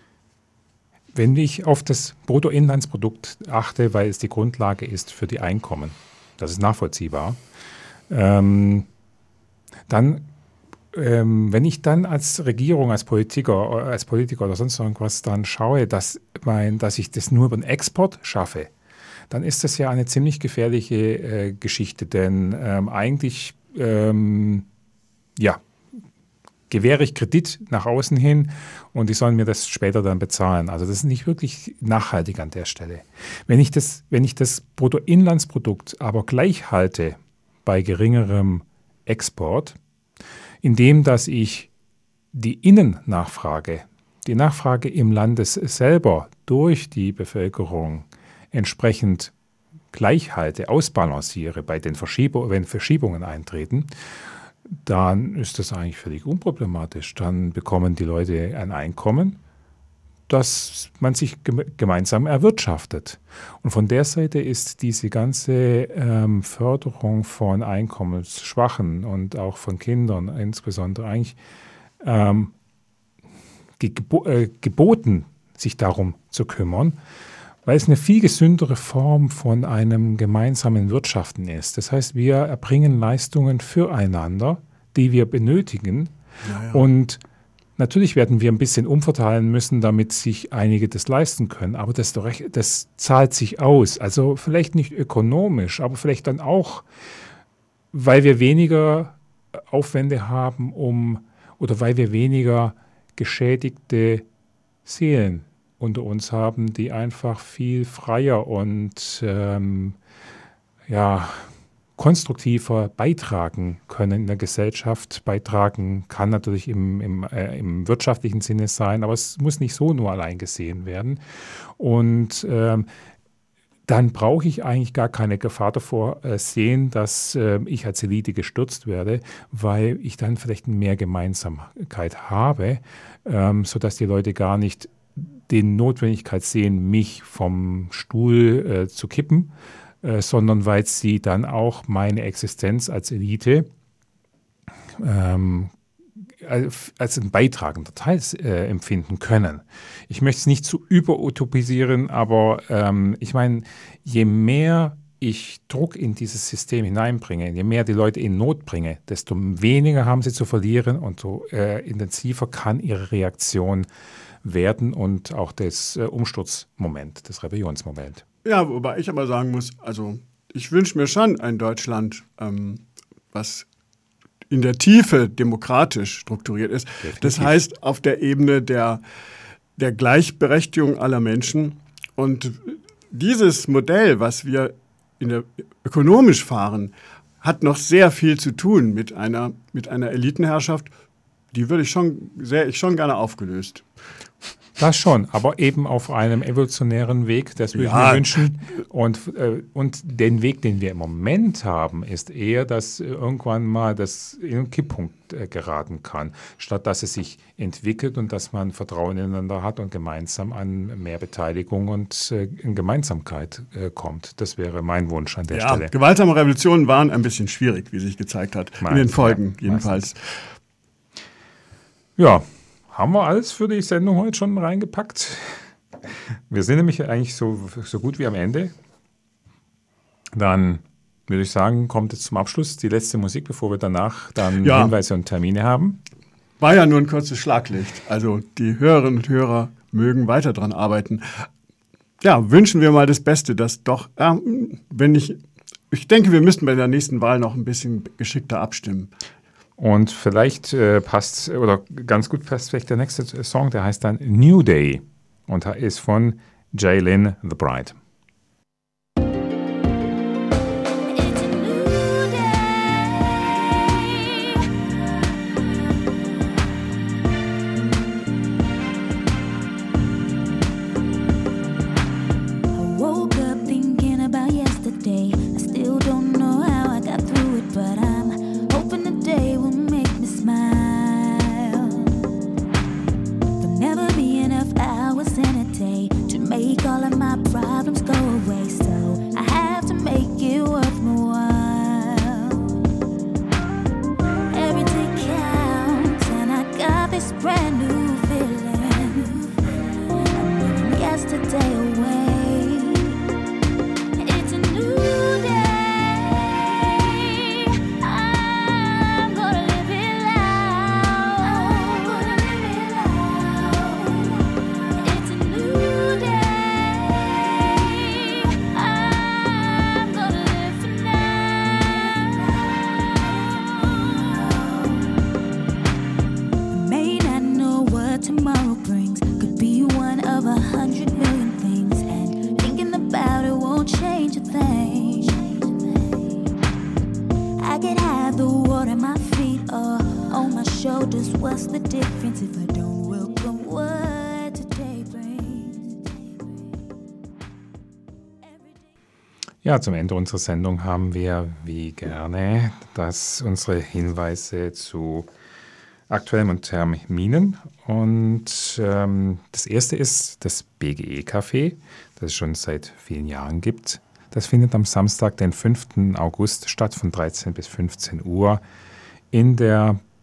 A: wenn ich auf das Bruttoinlandsprodukt achte, weil es die Grundlage ist für die Einkommen. Das ist nachvollziehbar. Ähm, dann, ähm, wenn ich dann als Regierung, als Politiker, als Politiker oder sonst irgendwas dann schaue, dass, mein, dass ich das nur über den Export schaffe, dann ist das ja eine ziemlich gefährliche äh, Geschichte, denn ähm, eigentlich, ähm, ja, gewähre ich Kredit nach außen hin und die sollen mir das später dann bezahlen. Also das ist nicht wirklich nachhaltig an der Stelle. Wenn ich das, wenn ich das Bruttoinlandsprodukt aber gleich halte bei geringerem Export, indem dass ich die Innennachfrage, die Nachfrage im Lande selber durch die Bevölkerung entsprechend gleich halte, ausbalanciere bei den Verschiebungen, wenn Verschiebungen eintreten, dann ist das eigentlich völlig unproblematisch. Dann bekommen die Leute ein Einkommen, das man sich geme- gemeinsam erwirtschaftet. Und von der Seite ist diese ganze ähm, Förderung von Einkommensschwachen und auch von Kindern insbesondere eigentlich ähm, gebo- äh, geboten, sich darum zu kümmern, weil es eine viel gesündere Form von einem gemeinsamen Wirtschaften ist. Das heißt, wir erbringen Leistungen füreinander, die wir benötigen.
B: Ja, ja.
A: Und natürlich werden wir ein bisschen umverteilen müssen, damit sich einige das leisten können. Aber das, das zahlt sich aus. Also vielleicht nicht ökonomisch, aber vielleicht dann auch, weil wir weniger Aufwände haben, um oder weil wir weniger geschädigte Seelen unter uns haben, die einfach viel freier und ähm, ja, konstruktiver beitragen können in der Gesellschaft. Beitragen kann natürlich im, im, äh, im wirtschaftlichen Sinne sein, aber es muss nicht so nur allein gesehen werden. Und ähm, dann brauche ich eigentlich gar keine Gefahr davor äh, sehen, dass äh, ich als Elite gestürzt werde, weil ich dann vielleicht mehr Gemeinsamkeit habe, ähm, sodass die Leute gar nicht die Notwendigkeit sehen, mich vom Stuhl äh, zu kippen, äh, sondern weil sie dann auch meine Existenz als Elite ähm, als ein beitragender Teil äh, empfinden können. Ich möchte es nicht zu überutopisieren, aber ähm, ich meine, je mehr ich Druck in dieses System hineinbringe, je mehr die Leute in Not bringe, desto weniger haben sie zu verlieren und so äh, intensiver kann ihre Reaktion werden und auch das äh, Umsturzmoment, das Rebellionsmoment.
B: Ja, wobei ich aber sagen muss, also ich wünsche mir schon ein Deutschland, ähm, was in der Tiefe demokratisch strukturiert ist.
A: Definitiv.
B: Das heißt, auf der Ebene der, der Gleichberechtigung aller Menschen. Und dieses Modell, was wir in der, ökonomisch fahren, hat noch sehr viel zu tun mit einer, mit einer Elitenherrschaft. Die würde ich schon, sähe ich schon gerne aufgelöst.
A: Das schon, aber eben auf einem evolutionären Weg, das würde
B: Ja.
A: ich mir wünschen. Und, äh, und den Weg, den wir im Moment haben, ist eher, dass äh, irgendwann mal das in einen Kipppunkt äh, geraten kann, statt dass es sich entwickelt und dass man Vertrauen ineinander hat und gemeinsam an mehr Beteiligung und äh, in Gemeinsamkeit äh, kommt. Das wäre mein Wunsch an der
B: Ja,
A: Stelle.
B: gewaltsame Revolutionen waren ein bisschen schwierig, wie sich gezeigt hat. in den
A: Meistens,
B: Folgen
A: ja,
B: jedenfalls.
A: Ja, haben wir alles für die Sendung heute schon reingepackt? Wir sind nämlich eigentlich so, so gut wie am Ende. Dann würde ich sagen, kommt jetzt zum Abschluss die letzte Musik, bevor wir danach dann
B: Ja.
A: Hinweise und Termine haben.
B: War ja nur ein kurzes Schlaglicht. Also die Hörerinnen und Hörer mögen weiter dran arbeiten. Ja, wünschen wir mal das Beste, dass doch, äh, wenn ich, ich denke, wir müssten bei der nächsten Wahl noch ein bisschen geschickter abstimmen.
A: Und vielleicht äh, passt, oder ganz gut passt vielleicht der nächste Song, der heißt dann New Day und ist von Jaylin the Bride.
D: It's a new day. I woke up thinking about yesterday. I still don't know how I got through it, but I'm hoping the day will make me smile. There'll never be enough hours in a day to make all of my problems go away, so I have to make it worth my while. Every day counts, and I got this brand new feeling. I'm moving yesterday away. It's a new day. I'm gonna live it loud. It's a new day. I'm gonna live for now. I may not know what tomorrow brings. Could be one of a hundred million things, and thinking about it won't change a thing. I could have the water at my feet or on my shoulders. What's the difference if I don't welcome what today brings?
A: Ja, zum Ende unserer Sendung haben wir wie gerne das, unsere Hinweise zu aktuellem und Terminen. Und ähm, das erste ist das B G E-Café, das es schon seit vielen Jahren gibt. Das findet am Samstag, den fünften August statt, von dreizehn bis fünfzehn Uhr in der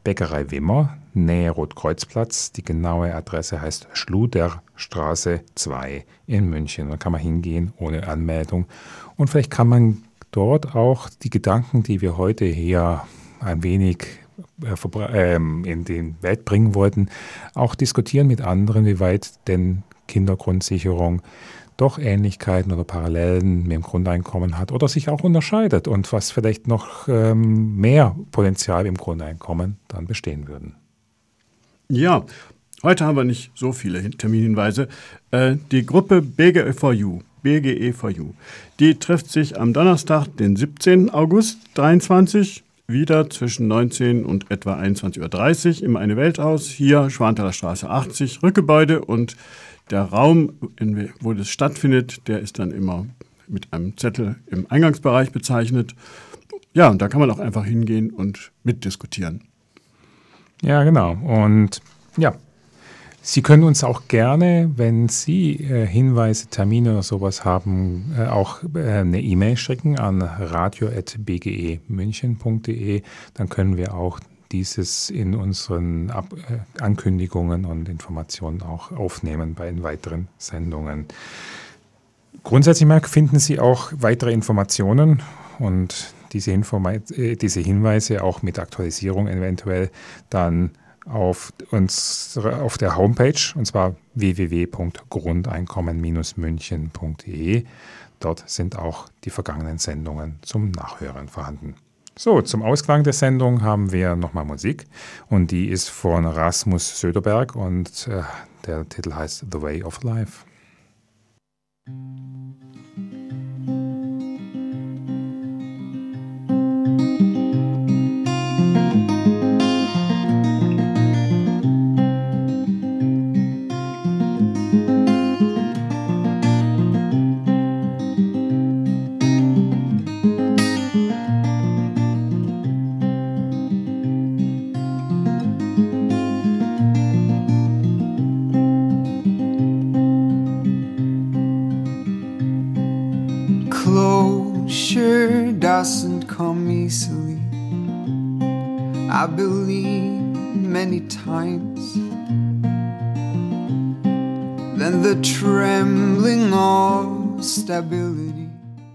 A: Bäckerei Wimmer, Nähe Rotkreuzplatz. Die genaue Adresse heißt Schluderstraße zwei in München. Da kann man hingehen ohne Anmeldung. Und vielleicht kann man dort auch die Gedanken, die wir heute hier ein wenig äh, in die Welt bringen wollten, auch diskutieren mit anderen, wie weit denn Kindergrundsicherung doch Ähnlichkeiten oder Parallelen mit dem Grundeinkommen hat oder sich auch unterscheidet und was vielleicht noch ähm, mehr Potenzial im Grundeinkommen dann bestehen würden.
B: Ja, heute haben wir nicht so viele Terminhinweise. Äh, die Gruppe B G E for You, B G E for You, die trifft sich am Donnerstag, den siebzehnten August dreiundzwanzig, wieder zwischen neunzehn und etwa einundzwanzig Uhr dreißig im Eine-Welt-Haus, hier Schwanthaler Straße achtzig, Rückgebäude, und der Raum, in, wo das stattfindet, der ist dann immer mit einem Zettel im Eingangsbereich bezeichnet. Ja, und da kann man auch einfach hingehen und mitdiskutieren.
A: Ja, genau. Und ja, Sie können uns auch gerne, wenn Sie äh, Hinweise, Termine oder sowas haben, äh, auch äh, eine E-Mail schicken an radio at b g e münchen punkt d e. Dann können wir auch dieses in unseren Ab- äh, Ankündigungen und Informationen auch aufnehmen bei den weiteren Sendungen. Grundsätzlich mal finden Sie auch weitere Informationen und diese, Informa- äh, diese Hinweise auch mit Aktualisierung eventuell dann auf, uns, auf der Homepage, und zwar w w w punkt grundeinkommen münchen punkt d e. Dort sind auch die vergangenen Sendungen zum Nachhören vorhanden. So, zum Ausklang der Sendung haben wir nochmal Musik, und die ist von Rasmus Söderberg, und äh, der Titel heißt The Way of Life.
G: Closure doesn't come easily. I believe many times. Then the trembling of stability.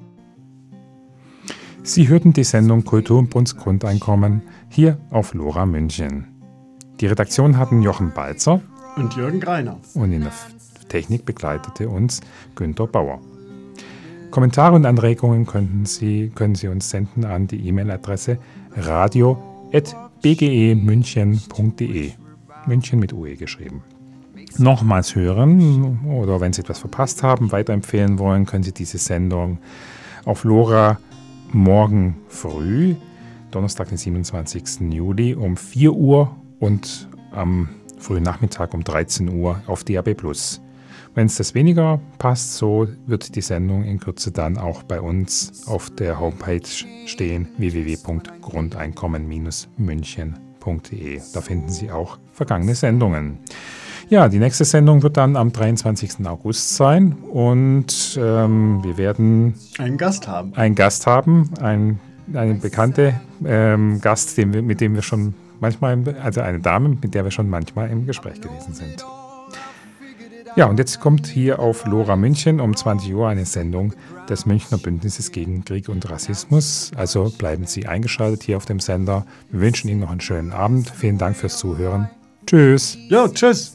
A: Sie hörten die Sendung Kultur und Bunds Grundeinkommen hier auf Lora München. Die Redaktion hatten Jochen Balzer
B: Und Jürgen Greiner.
A: und in der Technik begleitete uns Günter Bauer. Kommentare und Anregungen könnten Sie, können Sie uns senden an die E-Mail-Adresse radio at b g e münchen punkt d e. München mit U E geschrieben. Nochmals hören oder wenn Sie etwas verpasst haben, weiterempfehlen wollen, können Sie diese Sendung auf Lora morgen früh, Donnerstag, den siebenundzwanzigsten Juli um vier Uhr und am frühen Nachmittag um dreizehn Uhr auf D A B plus. Wenn es das weniger passt, so wird die Sendung in Kürze dann auch bei uns auf der Homepage stehen, w w w punkt grundeinkommen münchen punkt d e. Da finden Sie auch vergangene Sendungen. Ja, die nächste Sendung wird dann am dreiundzwanzigsten August sein, und ähm, wir werden
B: Einen Gast haben.
A: einen Gast haben, ein, eine bekannte ähm, Gast, den wir, mit dem wir schon manchmal, im, also eine Dame, mit der wir schon manchmal im Gespräch gewesen sind. Ja, und jetzt kommt hier auf Lora München um zwanzig Uhr eine Sendung des Münchner Bündnisses gegen Krieg und Rassismus. Also bleiben Sie eingeschaltet hier auf dem Sender. Wir wünschen Ihnen noch einen schönen Abend. Vielen Dank fürs Zuhören. Tschüss.
B: Ja, tschüss.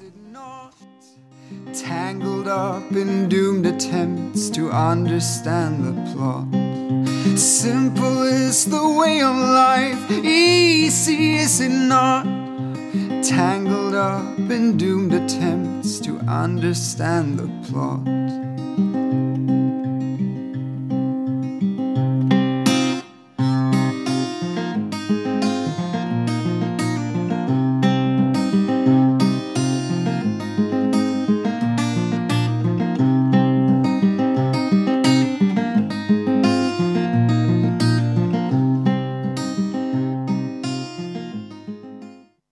G: Tangled up in doomed attempts to understand the plot. Simple is the way of life, easy is it not? Tangled up in doomed attempts to understand the plot.